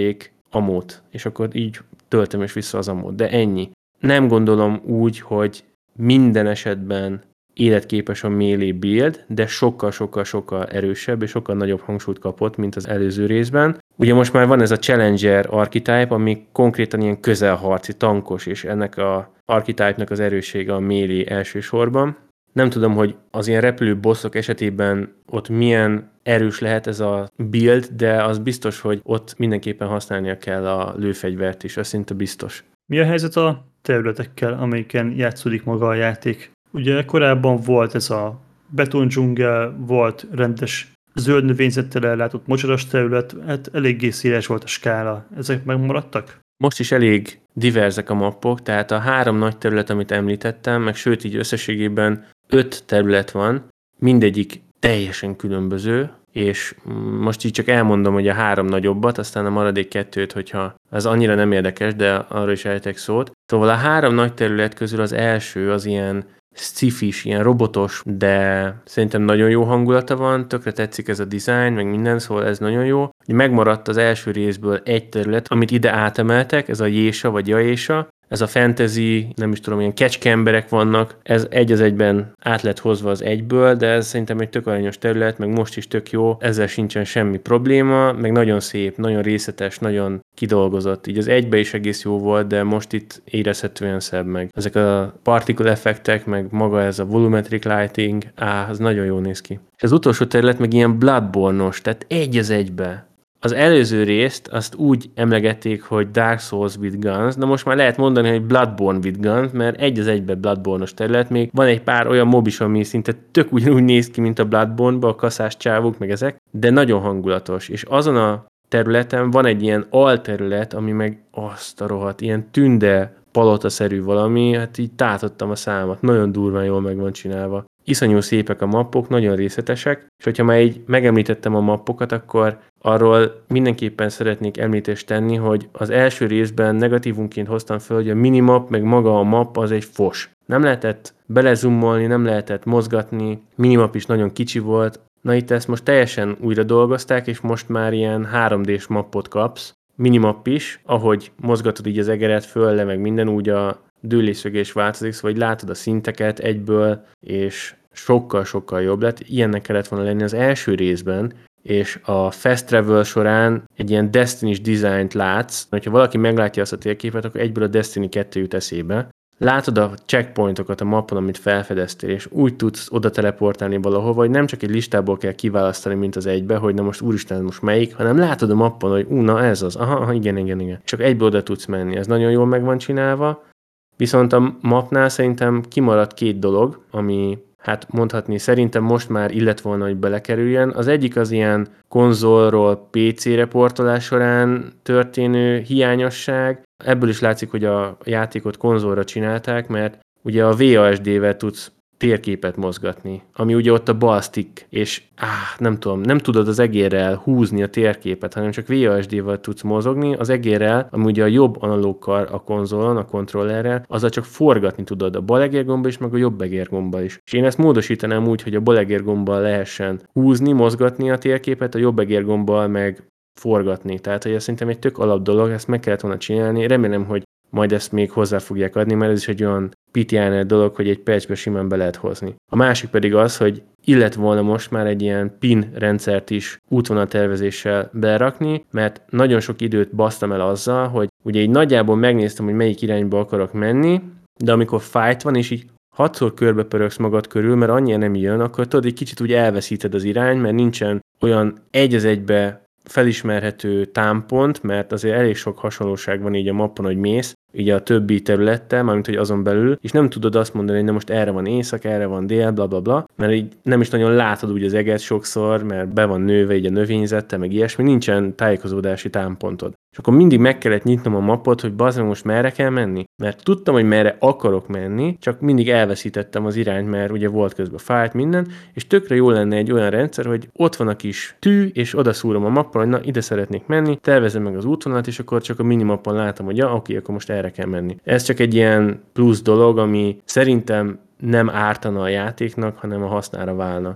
amót, és akkor így töltöm és vissza az amót, de ennyi. Nem gondolom úgy, hogy minden esetben életképes a melee build, de sokkal erősebb és sokkal nagyobb hangsúlyt kapott, mint az előző részben. Ugye most már van ez a Challenger archetype, ami konkrétan ilyen közelharci, tankos, és ennek a archetype-nak az erőssége a melee elsősorban. Nem tudom, hogy az ilyen repülő bosszok esetében ott milyen erős lehet ez a build, de az biztos, hogy ott mindenképpen használnia kell a lőfegyvert is, az szinte biztos. Mi a helyzet a területekkel, amelyiken játszódik maga a játék? Ugye korábban volt ez a betondzsungel, volt rendes zöld növényzettel ellátott mocsaras terület, hát eléggé széles volt a skála. Ezek megmaradtak? Most is elég diverzek a mappok, tehát a 3 nagy terület, amit említettem, meg sőt így összességében 5 terület van, mindegyik teljesen különböző, és most így csak elmondom, hogy a 3 nagyobbat, aztán a maradék 2-t, hogyha ez annyira nem érdekes, de arra is ejtek szót. Szóval a 3 nagy terület közül az első az ilyen sci-fis, ilyen robotos, de szerintem nagyon jó hangulata van, tökre tetszik ez a design, meg minden, szóval ez nagyon jó. Megmaradt az első részből egy terület, amit ide átemeltek, ez a Jésa vagy Jaésa, ez a fantasy, nem is tudom, ilyen kecske emberek vannak, ez egy az egyben át lett hozva az egyből, de ez szerintem egy tök aranyos terület, meg most is tök jó, ezzel sincsen semmi probléma, meg nagyon szép, nagyon részletes, nagyon kidolgozott. Így az egybe is egész jó volt, de most itt érezhetően szebb meg. Ezek a particle effektek, meg maga ez a volumetric lighting, az nagyon jól néz ki. És az utolsó terület meg ilyen Bloodborne-os, tehát egy az egybe. Az előző részt azt úgy emlegették, hogy Dark Souls with Guns, de most már lehet mondani, hogy Bloodborne with Guns, mert egy az egybe Bloodborne-os terület, még van egy pár olyan mob is, ami szinte tök ugyanúgy néz ki, mint a Bloodborne-ba, a kaszás csávok, meg ezek, de nagyon hangulatos, és azon a területen van egy ilyen alterület, ami meg azt a rohadt, ilyen tünde palotaszerű valami, hát így tátottam a számat, nagyon durván jól meg van csinálva. Iszonyú szépek a mappok, nagyon részletesek, és hogyha már így megemlítettem a mappokat, akkor arról mindenképpen szeretnék említést tenni, hogy az első részben negatívunként hoztam föl, hogy a minimap, meg maga a map az egy fos. Nem lehetett belezoomolni, nem lehetett mozgatni, minimap is nagyon kicsi volt. Na itt ezt most teljesen újra dolgozták, és most már ilyen 3D-s mappot kapsz, minimap is, ahogy mozgatod így az egeret föl le, meg minden úgy a dőlésszögés változik, szóval hogy látod a szinteket egyből, és sokkal jobb lett. Ilyennek kellett volna lenni az első részben, és a Fast Travel során egy ilyen Destiny-s dizájnt látsz, hogyha valaki meglátja azt a térképet, akkor egyből a Destiny 2 jut eszébe. Látod a checkpointokat a mappon, amit felfedeztél, és úgy tudsz oda teleportálni valahova, hogy nem csak egy listából kell kiválasztani, mint az egybe, hogy na most úristen, most melyik, hanem látod a mappon, hogy na ez az, aha, igen. Csak egyből oda tudsz menni, ez nagyon jól meg van csinálva. Viszont a mapnál szerintem kimaradt 2 dolog, ami hát mondhatni szerintem most már illet volna, hogy belekerüljen. Az egyik az ilyen konzolról PC-re portolás során történő hiányosság. Ebből is látszik, hogy a játékot konzolra csinálták, mert ugye a VASD-vel tudsz térképet mozgatni, ami ugye ott a bal stick, és nem tudom, nem tudod az egérrel húzni a térképet, hanem csak VASD-vel tudsz mozogni, az egérrel, ami ugye a jobb analóg a konzolon, a kontrollerrel, azzal csak forgatni tudod a bal egérgomba is, meg a jobb egérgomba is. És én ezt módosítanám úgy, hogy a bal egérgombbal lehessen húzni, mozgatni a térképet, a jobb egérgombbal meg forgatni. Tehát, hogy ez szerintem egy tök alap dolog, ezt meg kellett volna csinálni. Remélem, hogy majd ezt még hozzá fogják adni, mert ez is egy olyan PTN dolog, hogy egy patchbe simán be lehet hozni. A másik pedig az, hogy illet volna most már egy ilyen PIN rendszert is útvonaltervezéssel berakni, mert nagyon sok időt basztam el azzal, hogy ugye így nagyjából megnéztem, hogy melyik irányba akarok menni, de amikor fight van, és így 6-szor körbepörögsz magad körül, mert annyira nem jön, akkor tudod, egy kicsit úgy elveszíted az irány, mert nincsen olyan egy az egybe felismerhető támpont, mert azért elég sok hasonlóság van így a mappon, hogy mész, így a többi területtel, mármint hogy azon belül, és nem tudod azt mondani, hogy na most erre van észak, erre van dél, bla, mert így nem is nagyon látod úgy az eget sokszor, mert be van nőve így a növényzette, meg ilyesmi, nincsen tájékozódási támpontod. És akkor mindig meg kellett nyitnom a mappot, hogy bazdmeg most merre kell menni, mert tudtam, hogy merre akarok menni, csak mindig elveszítettem az irányt, mert ugye volt közben fight minden, és tökre jó lenne egy olyan rendszer, hogy ott van a kis tű, és oda szúrom a mappon, hogy na ide szeretnék menni, tervezem meg az útvonalat, és akkor csak a minimapon látom, hogy ja, oké, akkor most erre kell menni. Ez csak egy ilyen plusz dolog, ami szerintem nem ártana a játéknak, hanem a hasznára válna.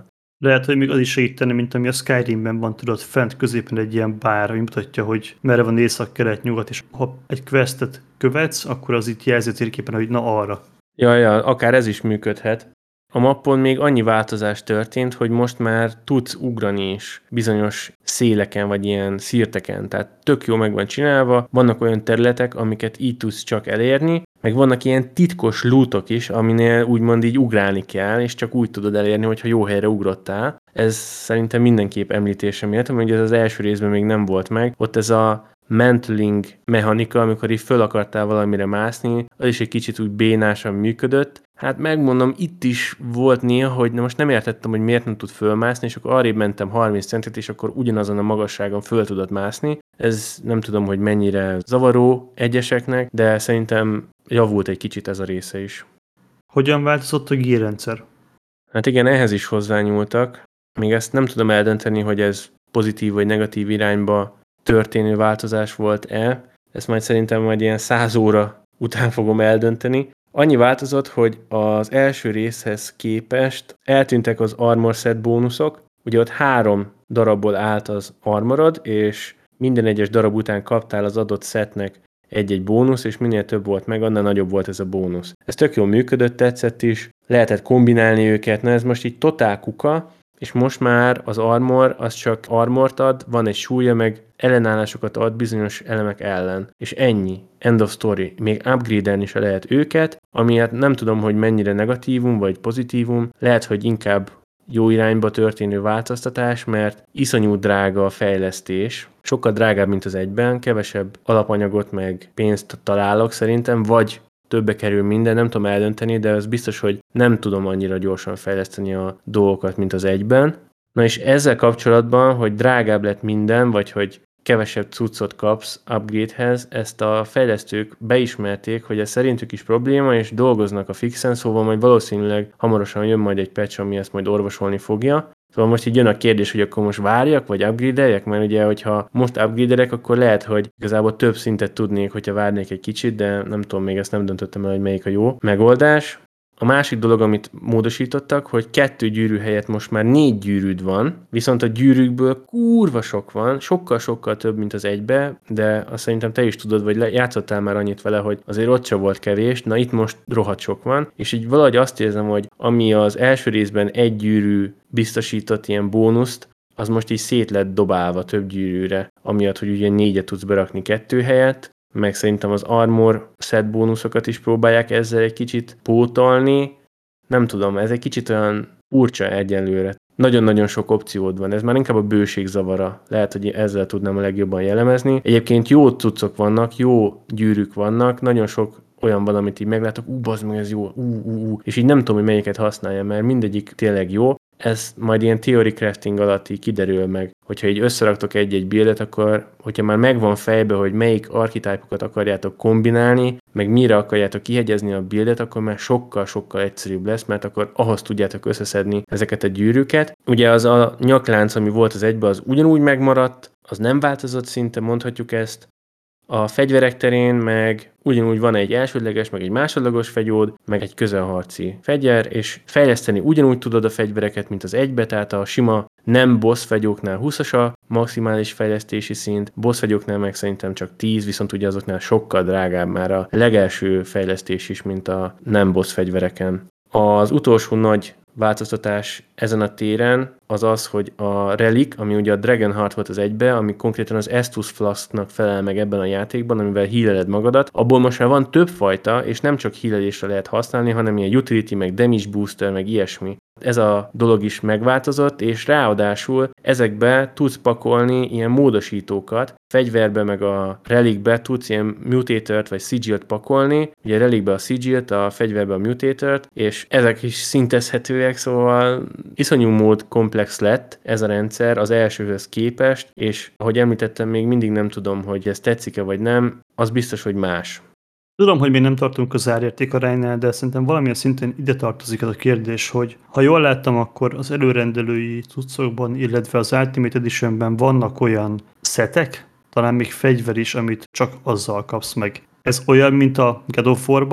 Lehet, hogy még az is segítene, mint ami a Skyrimben van, tudod, fent középen egy ilyen bár, ami mutatja, hogy merre van észak, kelet, nyugat, és ha egy questet követsz, akkor az itt jelzi térképen, hogy na arra. Ja, akár ez is működhet. A mappon még annyi változás történt, hogy most már tudsz ugrani is bizonyos széleken, vagy ilyen szirteken. Tehát tök jó meg van csinálva, vannak olyan területek, amiket így tudsz csak elérni, meg vannak ilyen titkos lootok is, aminél úgymond így ugrálni kell, és csak úgy tudod elérni, hogyha jó helyre ugrottál. Ez szerintem mindenképp említésem méltó, hogy ez az első részben még nem volt meg. Ott ez a mantling mechanika, amikor így föl akartál valamire mászni, az is egy kicsit úgy bénásan működött. Hát megmondom, itt is volt néha, hogy most nem értettem, hogy miért nem tud fölmászni, és akkor arrébb mentem 30 centet, és akkor ugyanazon a magasságon föl tudott mászni. Ez nem tudom, hogy mennyire zavaró egyeseknek, de szerintem javult egy kicsit ez a része is. Hogyan változott a gírrendszer? Hát igen, ehhez is hozzányúltak. Még ezt nem tudom eldönteni, hogy ez pozitív vagy negatív irányba történő változás volt-e. Ezt majd szerintem majd ilyen 100 óra után fogom eldönteni. Annyi változott, hogy az első részhez képest eltűntek az armor set bónuszok. Ugye ott 3 darabból állt az armorod, és minden egyes darab után kaptál az adott setnek egy-egy bónusz, és minél több volt meg, annál nagyobb volt ez a bónusz. Ez tök jól működött, tetszett is, lehetett kombinálni őket, na ez most így totál kuka, és most már az armor, az csak armort ad, van egy súlya, meg ellenállásokat ad bizonyos elemek ellen. És ennyi. End of story. Még upgrade-elni se lehet őket, ami hát nem tudom, hogy mennyire negatívum vagy pozitívum, lehet, hogy inkább jó irányba történő változtatás, mert iszonyú drága a fejlesztés, sokkal drágább, mint az egyben, kevesebb alapanyagot meg pénzt találok szerintem, vagy többe kerül minden, nem tudom eldönteni, de az biztos, hogy nem tudom annyira gyorsan fejleszteni a dolgokat, mint az egyben. Na és ezzel kapcsolatban, hogy drágább lett minden, vagy hogy kevesebb cuccot kapsz upgrade-hez, ezt a fejlesztők beismerték, hogy ez szerintük is probléma, és dolgoznak a fixen, szóval majd valószínűleg hamarosan jön majd egy patch, ami ezt majd orvosolni fogja. Szóval most így jön a kérdés, hogy akkor most várjak, vagy upgrade-eljek, mert ugye, hogyha most upgrade-elek, akkor lehet, hogy igazából több szintet tudnék, hogyha várnék egy kicsit, de nem tudom, még ezt nem döntöttem el, hogy melyik a jó megoldás. A másik dolog, amit módosítottak, hogy 2 gyűrű helyett most már 4 gyűrűd van, viszont a gyűrűkből kurva sok van, sokkal-sokkal több, mint az egybe, de azt szerintem te is tudod, vagy játszottál már annyit vele, hogy azért ott sem volt kevés, na itt most rohadt sok van, és így valahogy azt érzem, hogy ami az első részben egy gyűrű biztosított ilyen bónuszt, az most így szét lett dobálva több gyűrűre, amiatt, hogy ugye 4-et tudsz berakni 2 helyett, meg szerintem az armor set bónuszokat is próbálják ezzel egy kicsit pótolni. Nem tudom, ez egy kicsit olyan furcsa egyenlőre. Nagyon-nagyon sok opciód van, ez már inkább a bőség zavara. Lehet, hogy ezzel tudnám a legjobban jellemezni. Egyébként jó cuccok vannak, jó gyűrűk vannak, nagyon sok olyan van, amit így meglátok, bazd meg, ez jó, és így nem tudom, hogy melyiket használja, mert mindegyik tényleg jó. Ez majd ilyen theory crafting alatt így kiderül meg, hogyha így összeraktok egy-egy buildet, akkor hogyha már megvan fejbe, hogy melyik archetype-okat akarjátok kombinálni, meg mire akarjátok kihegyezni a buildet, akkor már sokkal-sokkal egyszerűbb lesz, mert akkor ahhoz tudjátok összeszedni ezeket a gyűrűket. Ugye az a nyaklánc, ami volt az egyben, az ugyanúgy megmaradt, az nem változott szinte, mondhatjuk ezt. A fegyverek terén meg ugyanúgy van egy elsődleges, meg egy másodlagos fegyód, meg egy közelharci fegyver, és fejleszteni ugyanúgy tudod a fegyvereket, mint az egybe, tehát a sima nem boss fegyóknál 20-as a maximális fejlesztési szint, boss fegyóknál meg szerintem csak 10, viszont ugye azoknál sokkal drágább már a legelső fejlesztés is, mint a nem boss fegyvereken. Az utolsó nagy változtatás ezen a téren az az, hogy a Relic, ami ugye a Dragonheart volt az egybe, ami konkrétan az Estus Flasknak felel meg ebben a játékban, amivel healeled magadat, abból most már van több fajta, és nem csak healelésre lehet használni, hanem ilyen utility, meg damage booster, meg ilyesmi. Ez a dolog is megváltozott, és ráadásul ezekbe tudsz pakolni ilyen módosítókat, fegyverbe meg a Relicbe tudsz ilyen mutatort vagy sigil-t pakolni, ugye a Relicbe a sigil-t, a fegyverbe a mutatort, és ezek is szintezhetőek, szóval iszonyú mód komplex lett ez a rendszer az elsőhöz képest, és ahogy említettem, még mindig nem tudom, hogy ez tetszik-e vagy nem, az biztos, hogy más. Tudom, hogy még nem tartunk az árérték aránynál, de szerintem valamilyen szinten ide tartozik ez a kérdés, hogy ha jól láttam, akkor az előrendelői cuccokban, illetve az Ultimate Editionben vannak olyan szetek, talán még fegyver is, amit csak azzal kapsz meg. Ez olyan, mint a God of War-ban,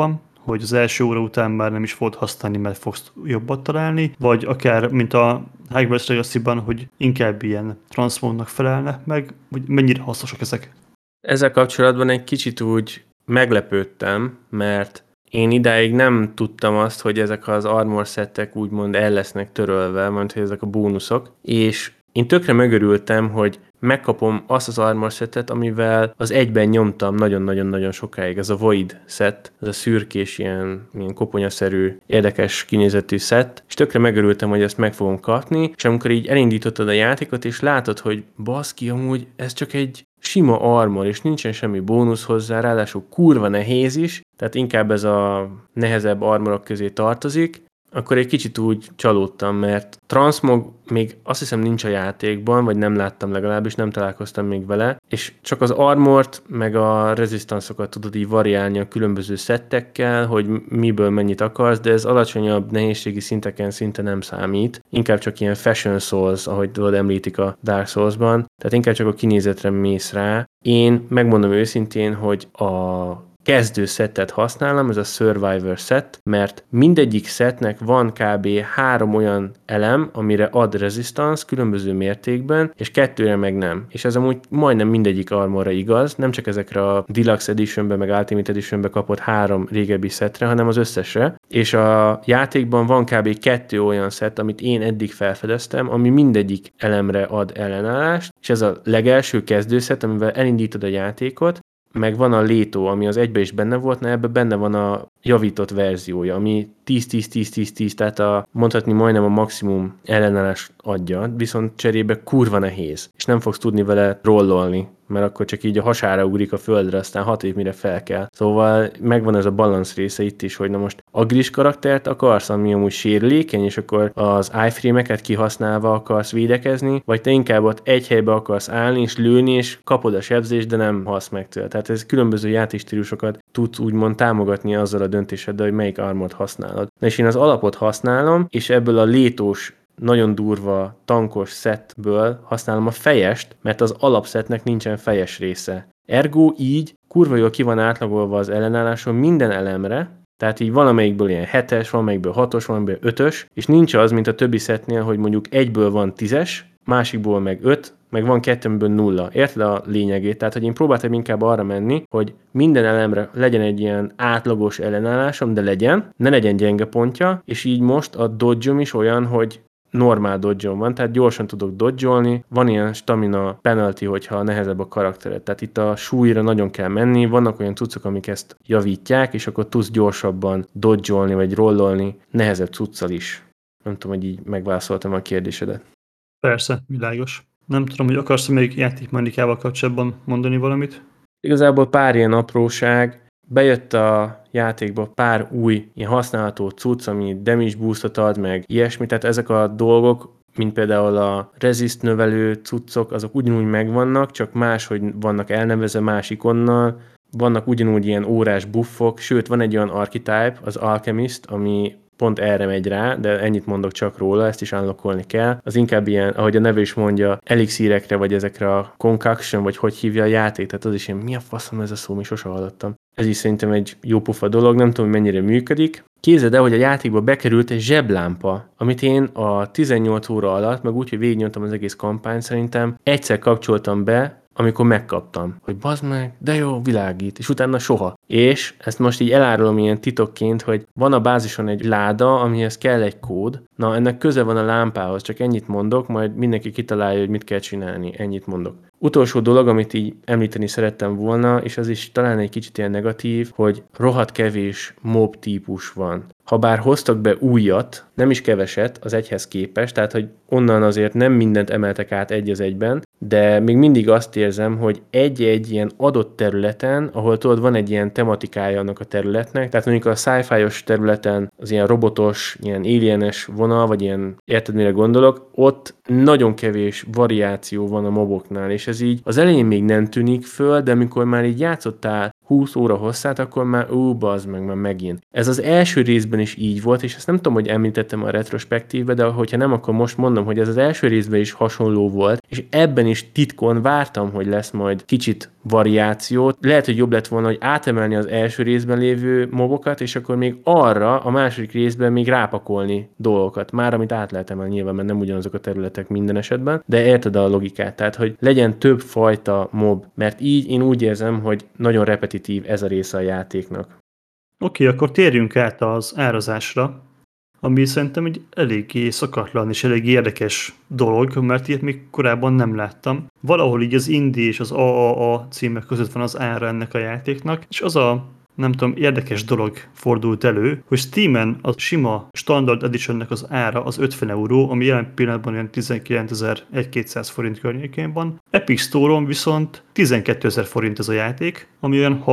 hogy az első óra után már nem is fogod használni, mert fogsz jobbat találni, vagy akár, mint a Hogwarts Legacy-ban, hogy inkább ilyen transmódnak felelne meg, hogy mennyire hasznosak ezek? Ezzel kapcsolatban egy kicsit úgy meglepődtem, mert én idáig nem tudtam azt, hogy ezek az armor szettek úgymond el lesznek törölve, mert hogy ezek a bónuszok, és én tökre megörültem, hogy megkapom azt az armor szettet, amivel az egyben nyomtam nagyon-nagyon-nagyon sokáig. Ez a Void szett, ez a szürkés, ilyen koponyaszerű, érdekes kinézetű szett, és tökre megörültem, hogy ezt meg fogom kapni, és amikor így elindítottad a játékot, és látod, hogy baszki, amúgy ez csak egy sima armor, és nincsen semmi bónusz hozzá, ráadásul kurva nehéz is, tehát inkább ez a nehezebb armorok közé tartozik, akkor egy kicsit úgy csalódtam, mert transmog még azt hiszem nincs a játékban, vagy nem láttam legalábbis, nem találkoztam még vele, és csak az armort, meg a resistance-okat tudod így variálni a különböző szettekkel, hogy miből mennyit akarsz, de ez alacsonyabb nehézségi szinteken szinte nem számít. Inkább csak ilyen fashion souls, ahogy tudod említik a Dark Souls-ban, tehát inkább csak a kinézetre mész rá. Én megmondom őszintén, hogy a kezdő szettet használom, ez a Survivor set, mert mindegyik setnek van kb. 3 olyan elem, amire ad resistance különböző mértékben, és 2-re meg nem. És ez amúgy majdnem mindegyik armorra igaz, nem csak ezekre a Deluxe Editionbe, meg Ultimate Editionbe kapott 3 régebbi szettre, hanem az összesre. És a játékban van kb. 2 olyan szett, amit én eddig felfedeztem, ami mindegyik elemre ad ellenállást, és ez a legelső kezdőszett, amivel elindítod a játékot, meg van a Létó, ami az egybe is benne volt, ebben benne van a javított verziója, ami 10-10-10-10-10, tehát mondhatni majdnem a maximum ellenállást adja, viszont cserébe kurva nehéz, és nem fogsz tudni vele rollolni, mert akkor csak így a hasára ugrik a földre, aztán 6 év mire fel kell. Szóval megvan ez a balansz része itt is, hogy na most agris karaktert akarsz, ami amúgy sérülékeny, és akkor az iframe-eket kihasználva akarsz védekezni, vagy te inkább ott egy helybe akarsz állni, és lőni, és kapod a sebzést, de nem halsz meg tőle. Tehát ez különböző játékstílusokat tudsz úgymond támogatni azzal a döntéseddel, hogy melyik armort használod. Na és én az alapot használom, és ebből a létós nagyon durva, tankos szettből használom a fejest, mert az alapszettnek nincsen fejes része. Ergo így kurva jól ki van átlagolva az ellenálláson minden elemre, tehát így valamelyikből ilyen 7-es, valamelyikből 6-os, valamelyikből 5-ös, és nincs az, mint a többi szettnél, hogy mondjuk egyből van 10-es, másikból meg 5, meg van 2-ből 0. Érted a lényegét? Tehát, hogy én próbáltam inkább arra menni, hogy minden elemre legyen egy ilyen átlagos ellenállásom, de ne legyen gyenge pontja, és így most a dodge-om is olyan, hogy normál dodge-om van, tehát gyorsan tudok dodge-olni, van ilyen stamina penalty, hogyha nehezebb a karaktered, tehát itt a súlyra nagyon kell menni, vannak olyan cuccok, amik ezt javítják, és akkor tudsz gyorsabban dodge-olni, vagy rollolni nehezebb cuccal is. Nem tudom, hogy így megválaszoltam a kérdésedet. Persze, világos. Nem tudom, hogy akarsz még játékmechanikával kapcsolatban mondani valamit? Igazából pár ilyen apróság, bejött a játékba pár új ilyen használható cucc, ami damage boostot ad, meg ilyesmi, tehát ezek a dolgok, mint például a resist növelő cuccok, azok ugyanúgy megvannak, csak máshogy vannak elnevezve más ikonnal, vannak ugyanúgy ilyen órás buffok, sőt van egy olyan archetype, az Alchemist, ami pont erre megy rá, de ennyit mondok csak róla, ezt is unlockolni kell. Az inkább ilyen, ahogy a neve is mondja, elixírekre, vagy ezekre a concoction, vagy hogy hívja a játék, tehát az is ilyen, mi a faszom ez a szó, mi sose hallottam. Ez is szerintem egy jó pufa dolog, nem tudom, mennyire működik. Képzeld el, hogy a játékba bekerült egy zseblámpa, amit én a 18 óra alatt, meg úgy, hogy végignyomtam az egész kampányt, szerintem egyszer kapcsoltam be, amikor megkaptam, hogy bazd meg, de jó, világít, és utána soha. És ezt most így elárulom ilyen titokként, hogy van a bázison egy láda, amihez kell egy kód, na ennek köze van a lámpához, csak ennyit mondok, majd mindenki kitalálja, hogy mit kell csinálni, ennyit mondok. Utolsó dolog, amit így említeni szerettem volna, és az is talán egy kicsit ilyen negatív, hogy rohadt kevés mob típus van. Habár hoztak be újat, nem is keveset az egyhez képest, tehát hogy onnan azért nem mindent emeltek át egy az egyben, de még mindig azt érzem, hogy egy-egy ilyen adott területen, ahol tudod, van egy ilyen tematikája annak a területnek, tehát mondjuk a sci-fi-os területen az ilyen robotos, ilyen alienes vonal, vagy ilyen, érted mire gondolok, ott nagyon kevés variáció van a moboknál, és ez így az elején még nem tűnik föl, de amikor már így játszottál 20 óra hosszát, akkor már bazd meg, már megint. Ez az első részben is így volt, és ezt nem tudom, hogy említettem a retrospektívbe, de hogyha nem, akkor most mondom, hogy ez az első részben is hasonló volt, és ebben is titkon vártam, hogy lesz majd kicsit variációt. Lehet, hogy jobb lett volna, hogy átemelni az első részben lévő mobokat, és akkor még arra a második részben még rápakolni dolgokat. Már amit át lehet emelni nyilván, mert nem ugyanazok a területek minden esetben, de érted a logikát, tehát hogy legyen több fajta mob, mert így én úgy érzem, hogy nagyon repetitív ez a része a játéknak. Oké, akkor térjünk át az árazásra, ami szerintem egy eléggé szokatlan és elég érdekes dolog, mert ilyet még korábban nem láttam. Valahol így az indie és az AAA címek között van az ára ennek a játéknek, és az a nem tudom, érdekes dolog fordult elő, hogy Steamen a sima Standard Editionnek az ára az 50 euró, ami jelen pillanatban olyan 19.200 forint környékén van. Epic Store-on viszont 12.000 forint ez a játék, ami olyan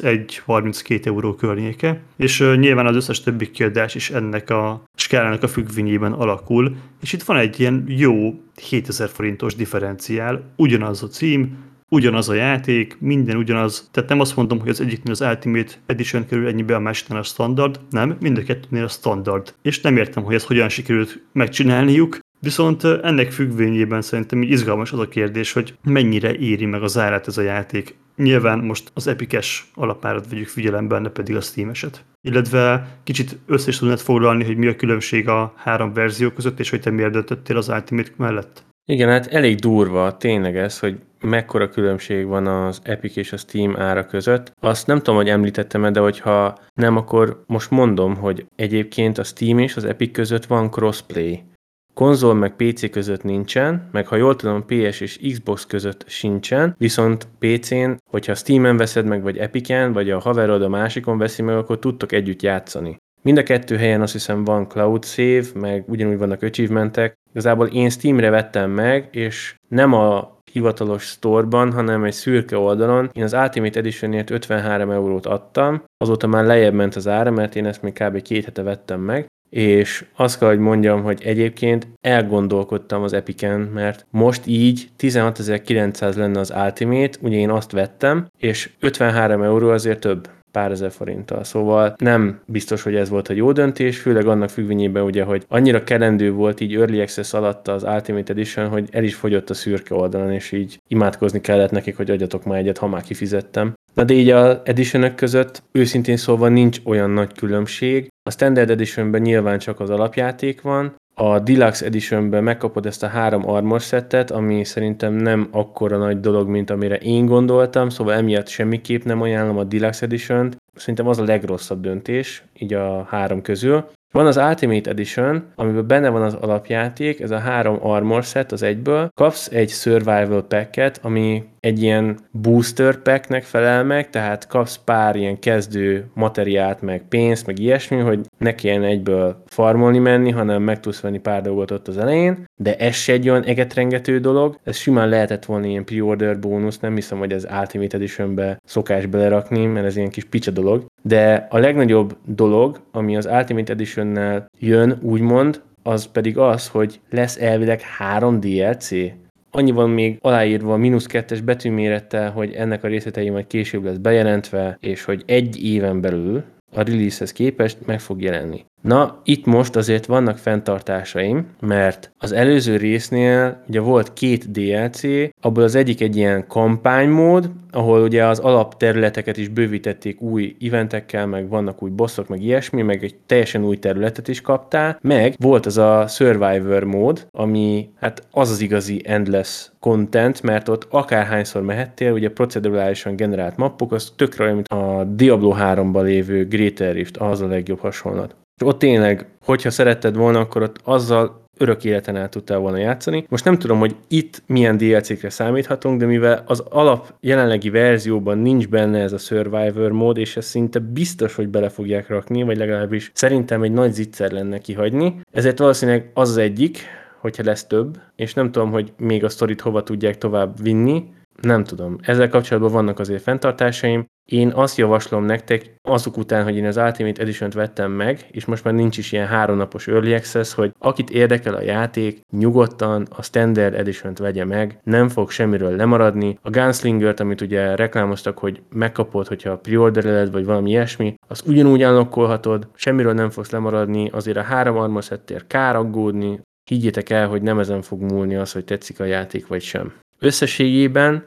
31-32 euró környéke, és nyilván az összes többi kiadás is ennek a skálának a függvényében alakul, és itt van egy ilyen jó 7000 forintos differenciál, ugyanaz a cím, ugyanaz a játék, minden ugyanaz, tehát nem azt mondom, hogy az egyiknél az Ultimate Edition kerül ennyibe, a másiknál a Standard, nem, mind a kettőnél a Standard. És nem értem, hogy ezt hogyan sikerült megcsinálniuk, viszont ennek függvényében szerintem így izgalmas az a kérdés, hogy mennyire éri meg az árát ez a játék. Nyilván most az Epic-es alapárat vegyük figyelembe, ne pedig a Steam-eset. Illetve kicsit össze is tudnád foglalni, hogy mi a különbség a három verzió között, és hogy te miért döntöttél az Ultimate mellett. Igen, hát elég durva tényleg ez, hogy mekkora különbség van az Epic és a Steam ára között. Azt nem tudom, hogy említettem-e, de hogyha nem, akkor most mondom, hogy egyébként a Steam és az Epic között van crossplay. Konzol meg PC között nincsen, meg ha jól tudom, PS és Xbox között sincsen, viszont PC-n, hogyha Steam-en veszed meg, vagy Epicen, vagy a haverod a másikon veszi meg, akkor tudtok együtt játszani. Mind a kettő helyen azt hiszem van cloud save, meg ugyanúgy vannak achievementek. Igazából én Steamre vettem meg, és nem a hivatalos sztorban, hanem egy szürke oldalon. Én az Ultimate Editionért 53 eurót adtam, azóta már lejjebb ment az ára, mert én ezt még kb. 2 hete vettem meg, és azt kell, hogy mondjam, hogy egyébként elgondolkodtam az Epicen, mert most így 16.900 lenne az Ultimate, ugye én azt vettem, és 53 euró azért több pár ezer forinttal. Szóval nem biztos, hogy ez volt a jó döntés, főleg annak függvényében ugye, hogy annyira kelendő volt így Early Access alatt az Ultimate Edition, hogy el is fogyott a szürke oldalon, és így imádkozni kellett nekik, hogy adjatok már egyet, ha már kifizettem. Na de így az editionök között őszintén szólva nincs olyan nagy különbség. A Standard Editionben nyilván csak az alapjáték van, a Deluxe Editionben megkapod ezt a 3 armor settet, ami szerintem nem akkora nagy dolog, mint amire én gondoltam, szóval emiatt semmiképp nem ajánlom a Deluxe Edition-t. Szerintem az a legrosszabb döntés, így a 3 közül. Van az Ultimate Edition, amiben benne van az alapjáték, ez a 3 armor set az egyből. Kapsz egy survival packet, ami egy ilyen booster packnek felel meg, tehát kapsz pár ilyen kezdő materiált, meg pénzt, meg ilyesmi, hogy ne kelljen egyből farmolni menni, hanem meg tudsz venni pár dolgot ott az elején, de ez se egy olyan egetrengető dolog, ez simán lehetett volna ilyen pre-order bónusz, nem hiszem, hogy ez Ultimate Editionbe szokás belerakni, mert ez ilyen kis picsa dolog, de a legnagyobb dolog, ami az Ultimate Editionnel jön, úgymond, az pedig az, hogy lesz elvileg 3 DLC. Annyi van még aláírva a -2-es betűmérettel, hogy ennek a részletei majd később lesz bejelentve, és hogy 1 éven belül a release-hez képest meg fog jelenni. Na, itt most azért vannak fenntartásaim, mert az előző résznél ugye volt 2 DLC, abból az egyik egy ilyen kampánymód, ahol ugye az alapterületeket is bővítették új eventekkel, meg vannak új bosszok, meg ilyesmi, meg egy teljesen új területet is kaptál, meg volt az a Survivor mód, ami hát az az igazi endless content, mert ott akárhányszor mehettél, ugye procedurálisan generált mappok, az tökre olyan, mint a Diablo 3-ban lévő Greater Rift, az a legjobb hasonlat. És ott tényleg, hogyha szeretted volna, akkor ott azzal örök életen át tudtál volna játszani. Most nem tudom, hogy itt milyen DLC-kre számíthatunk, de mivel az alap jelenlegi verzióban nincs benne ez a Survivor mód, és ez szinte biztos, hogy bele fogják rakni, vagy legalábbis szerintem egy nagy zicser lenne kihagyni. Ezért valószínűleg az egyik, hogyha lesz több, és nem tudom, hogy még a sztorit hova tudják tovább vinni, nem tudom. Ezzel kapcsolatban vannak azért fenntartásaim. Én azt javaslom nektek, azok után, hogy én az Ultimate Edition-t vettem meg, és most már nincs is ilyen 3 napos Early Access, hogy akit érdekel a játék, nyugodtan a Standard Edition-t vegye meg, nem fog semmiről lemaradni. A Gunslingert, amit ugye reklámoztak, hogy megkapod, hogyha preordereled, vagy valami ilyesmi, azt ugyanúgy unlockolhatod, semmiről nem fogsz lemaradni, azért a 3 armor settért kár aggódni, higgyétek el, hogy nem ezen fog múlni az, hogy tetszik a játék, vagy sem. Összességében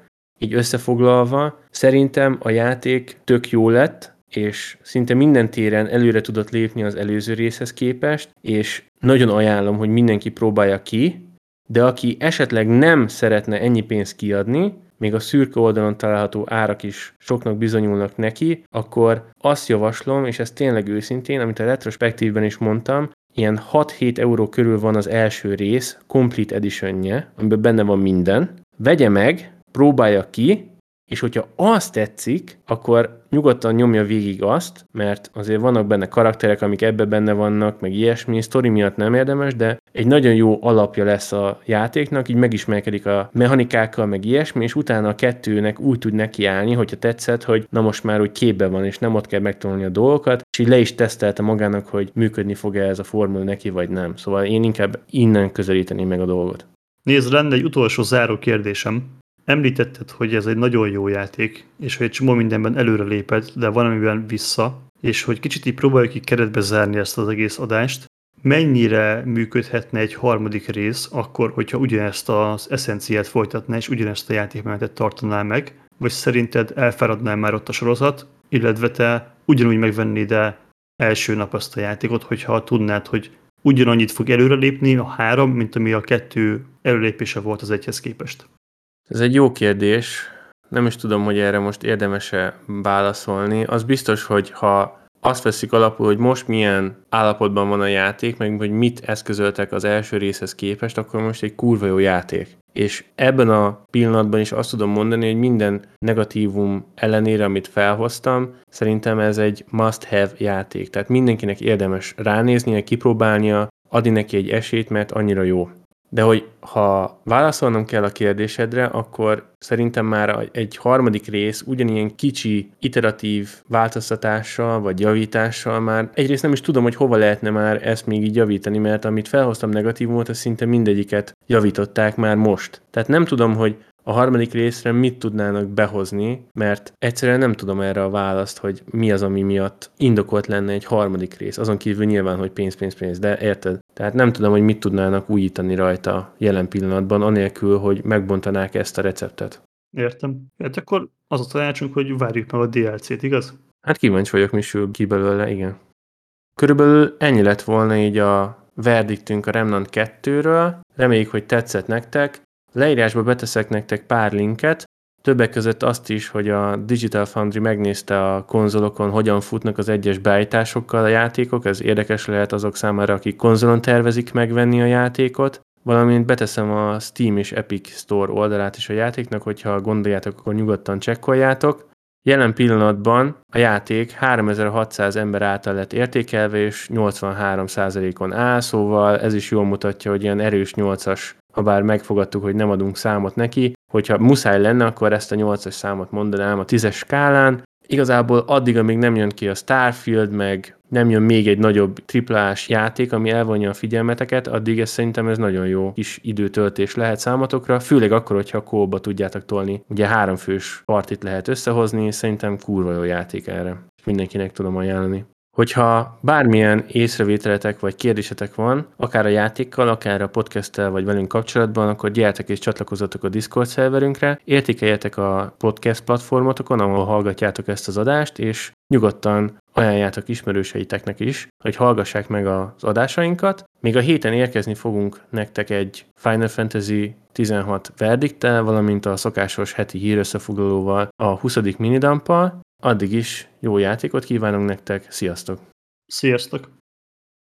így összefoglalva, szerintem a játék tök jó lett, és szinte minden téren előre tudott lépni az előző részhez képest, és nagyon ajánlom, hogy mindenki próbálja ki, de aki esetleg nem szeretne ennyi pénzt kiadni, még a szürke oldalon található árak is soknak bizonyulnak neki, akkor azt javaslom, és ez tényleg őszintén, amit a retrospektívben is mondtam, ilyen 6-7 euró körül van az első rész, Complete Edition-je, amiben benne van minden. Vegye meg, próbálja ki, és hogyha azt tetszik, akkor nyugodtan nyomja végig azt, mert azért vannak benne karakterek, amik ebbe benne vannak, meg ilyesmi, sztori miatt nem érdemes, de egy nagyon jó alapja lesz a játéknak, így megismerkedik a mechanikákkal, meg ilyesmi, és utána a kettőnek úgy tud nekiállni, hogyha tetszett, hogy na most már úgy képben van, és nem ott kell megtanulni a dolgokat, és így le is tesztelte magának, hogy működni fog-e ez a formula neki, vagy nem. Szóval én inkább innen közelíteném meg a dolgot. Nézd, lenne egy utolsó záró kérdésem. Említetted, hogy ez egy nagyon jó játék, és hogy egy csomó mindenben előre lépett, de van amiben vissza, és hogy kicsit így próbáljuk így keretbe zárni ezt az egész adást. Mennyire működhetne egy harmadik rész akkor, hogyha ugyanezt az eszenciát folytatná, és ugyanezt a játékmenetet tartaná meg, vagy szerinted elfáradná már ott a sorozat, illetve te ugyanúgy megvennéd de első nap azt a játékot, hogyha tudnád, hogy ugyanannyit fog előrelépni a 3, mint ami a 2 előlépése volt az 1-hez képest? Ez egy jó kérdés. Nem is tudom, hogy erre most érdemes-e válaszolni. Az biztos, hogy ha azt veszik alapul, hogy most milyen állapotban van a játék, meg hogy mit eszközöltek az első részhez képest, akkor most egy kurva jó játék. És ebben a pillanatban is azt tudom mondani, hogy minden negatívum ellenére, amit felhoztam, szerintem ez egy must-have játék. Tehát mindenkinek érdemes ránéznie, kipróbálnia, adni neki egy esélyt, mert annyira jó. De hogy ha válaszolnom kell a kérdésedre, akkor szerintem már egy harmadik rész ugyanilyen kicsi, iteratív változtatással vagy javítással már egyrészt nem is tudom, hogy hova lehetne már ezt még így javítani, mert amit felhoztam negatívumot, az szinte mindegyiket javították már most. Tehát nem tudom, hogy a harmadik részre mit tudnának behozni, mert egyszerűen nem tudom erre a választ, hogy mi az, ami miatt indokolt lenne egy harmadik rész. Azon kívül nyilván, hogy pénz, de érted? Tehát nem tudom, hogy mit tudnának újítani rajta jelen pillanatban, anélkül, hogy megbontanák ezt a receptet. Értem. Hát akkor az a tanácsunk, hogy várjuk meg a DLC-t, igaz? Hát kíváncsi vagyok, mi sül ki belőle, igen. Körülbelül ennyi lett volna így a verdiktünk a Remnant 2-ről. Reméljük, hogy tetszett nektek. Leírásba beteszek nektek pár linket, többek között azt is, hogy a Digital Foundry megnézte a konzolokon, hogyan futnak az egyes beállításokkal a játékok, ez érdekes lehet azok számára, akik konzolon tervezik megvenni a játékot, valamint beteszem a Steam és Epic Store oldalát is a játéknak, hogyha gondoljátok, akkor nyugodtan csekkoljátok. Jelen pillanatban a játék 3600 ember által lett értékelve, és 83%-on áll, szóval ez is jól mutatja, hogy ilyen erős 8-as, ha bár megfogadtuk, hogy nem adunk számot neki, hogyha muszáj lenne, akkor ezt a 8-as számot mondanám a 10-es skálán. Igazából addig, amíg nem jön ki a Starfield, meg nem jön még egy nagyobb triplás játék, ami elvonja a figyelmeteket, addig szerintem ez nagyon jó kis időtöltés lehet számotokra, főleg akkor, hogyha kóba tudjátok tolni. Ugye 3 fős partit lehet összehozni, szerintem kurva jó játék erre. Mindenkinek tudom ajánlani. Hogyha bármilyen észrevételetek vagy kérdésetek van, akár a játékkal, akár a podcasttel vagy velünk kapcsolatban, akkor gyertek és csatlakozzatok a Discord szerverünkre, értékeljetek a podcast platformotokon, ahol hallgatjátok ezt az adást, és nyugodtan ajánljátok ismerőseiteknek is, hogy hallgassák meg az adásainkat. Még a héten érkezni fogunk nektek egy Final Fantasy 16 verdikttel, valamint a szokásos heti hírösszefoglalóval, a 20. minidampal. Addig is jó játékot kívánunk nektek, sziasztok! Sziasztok!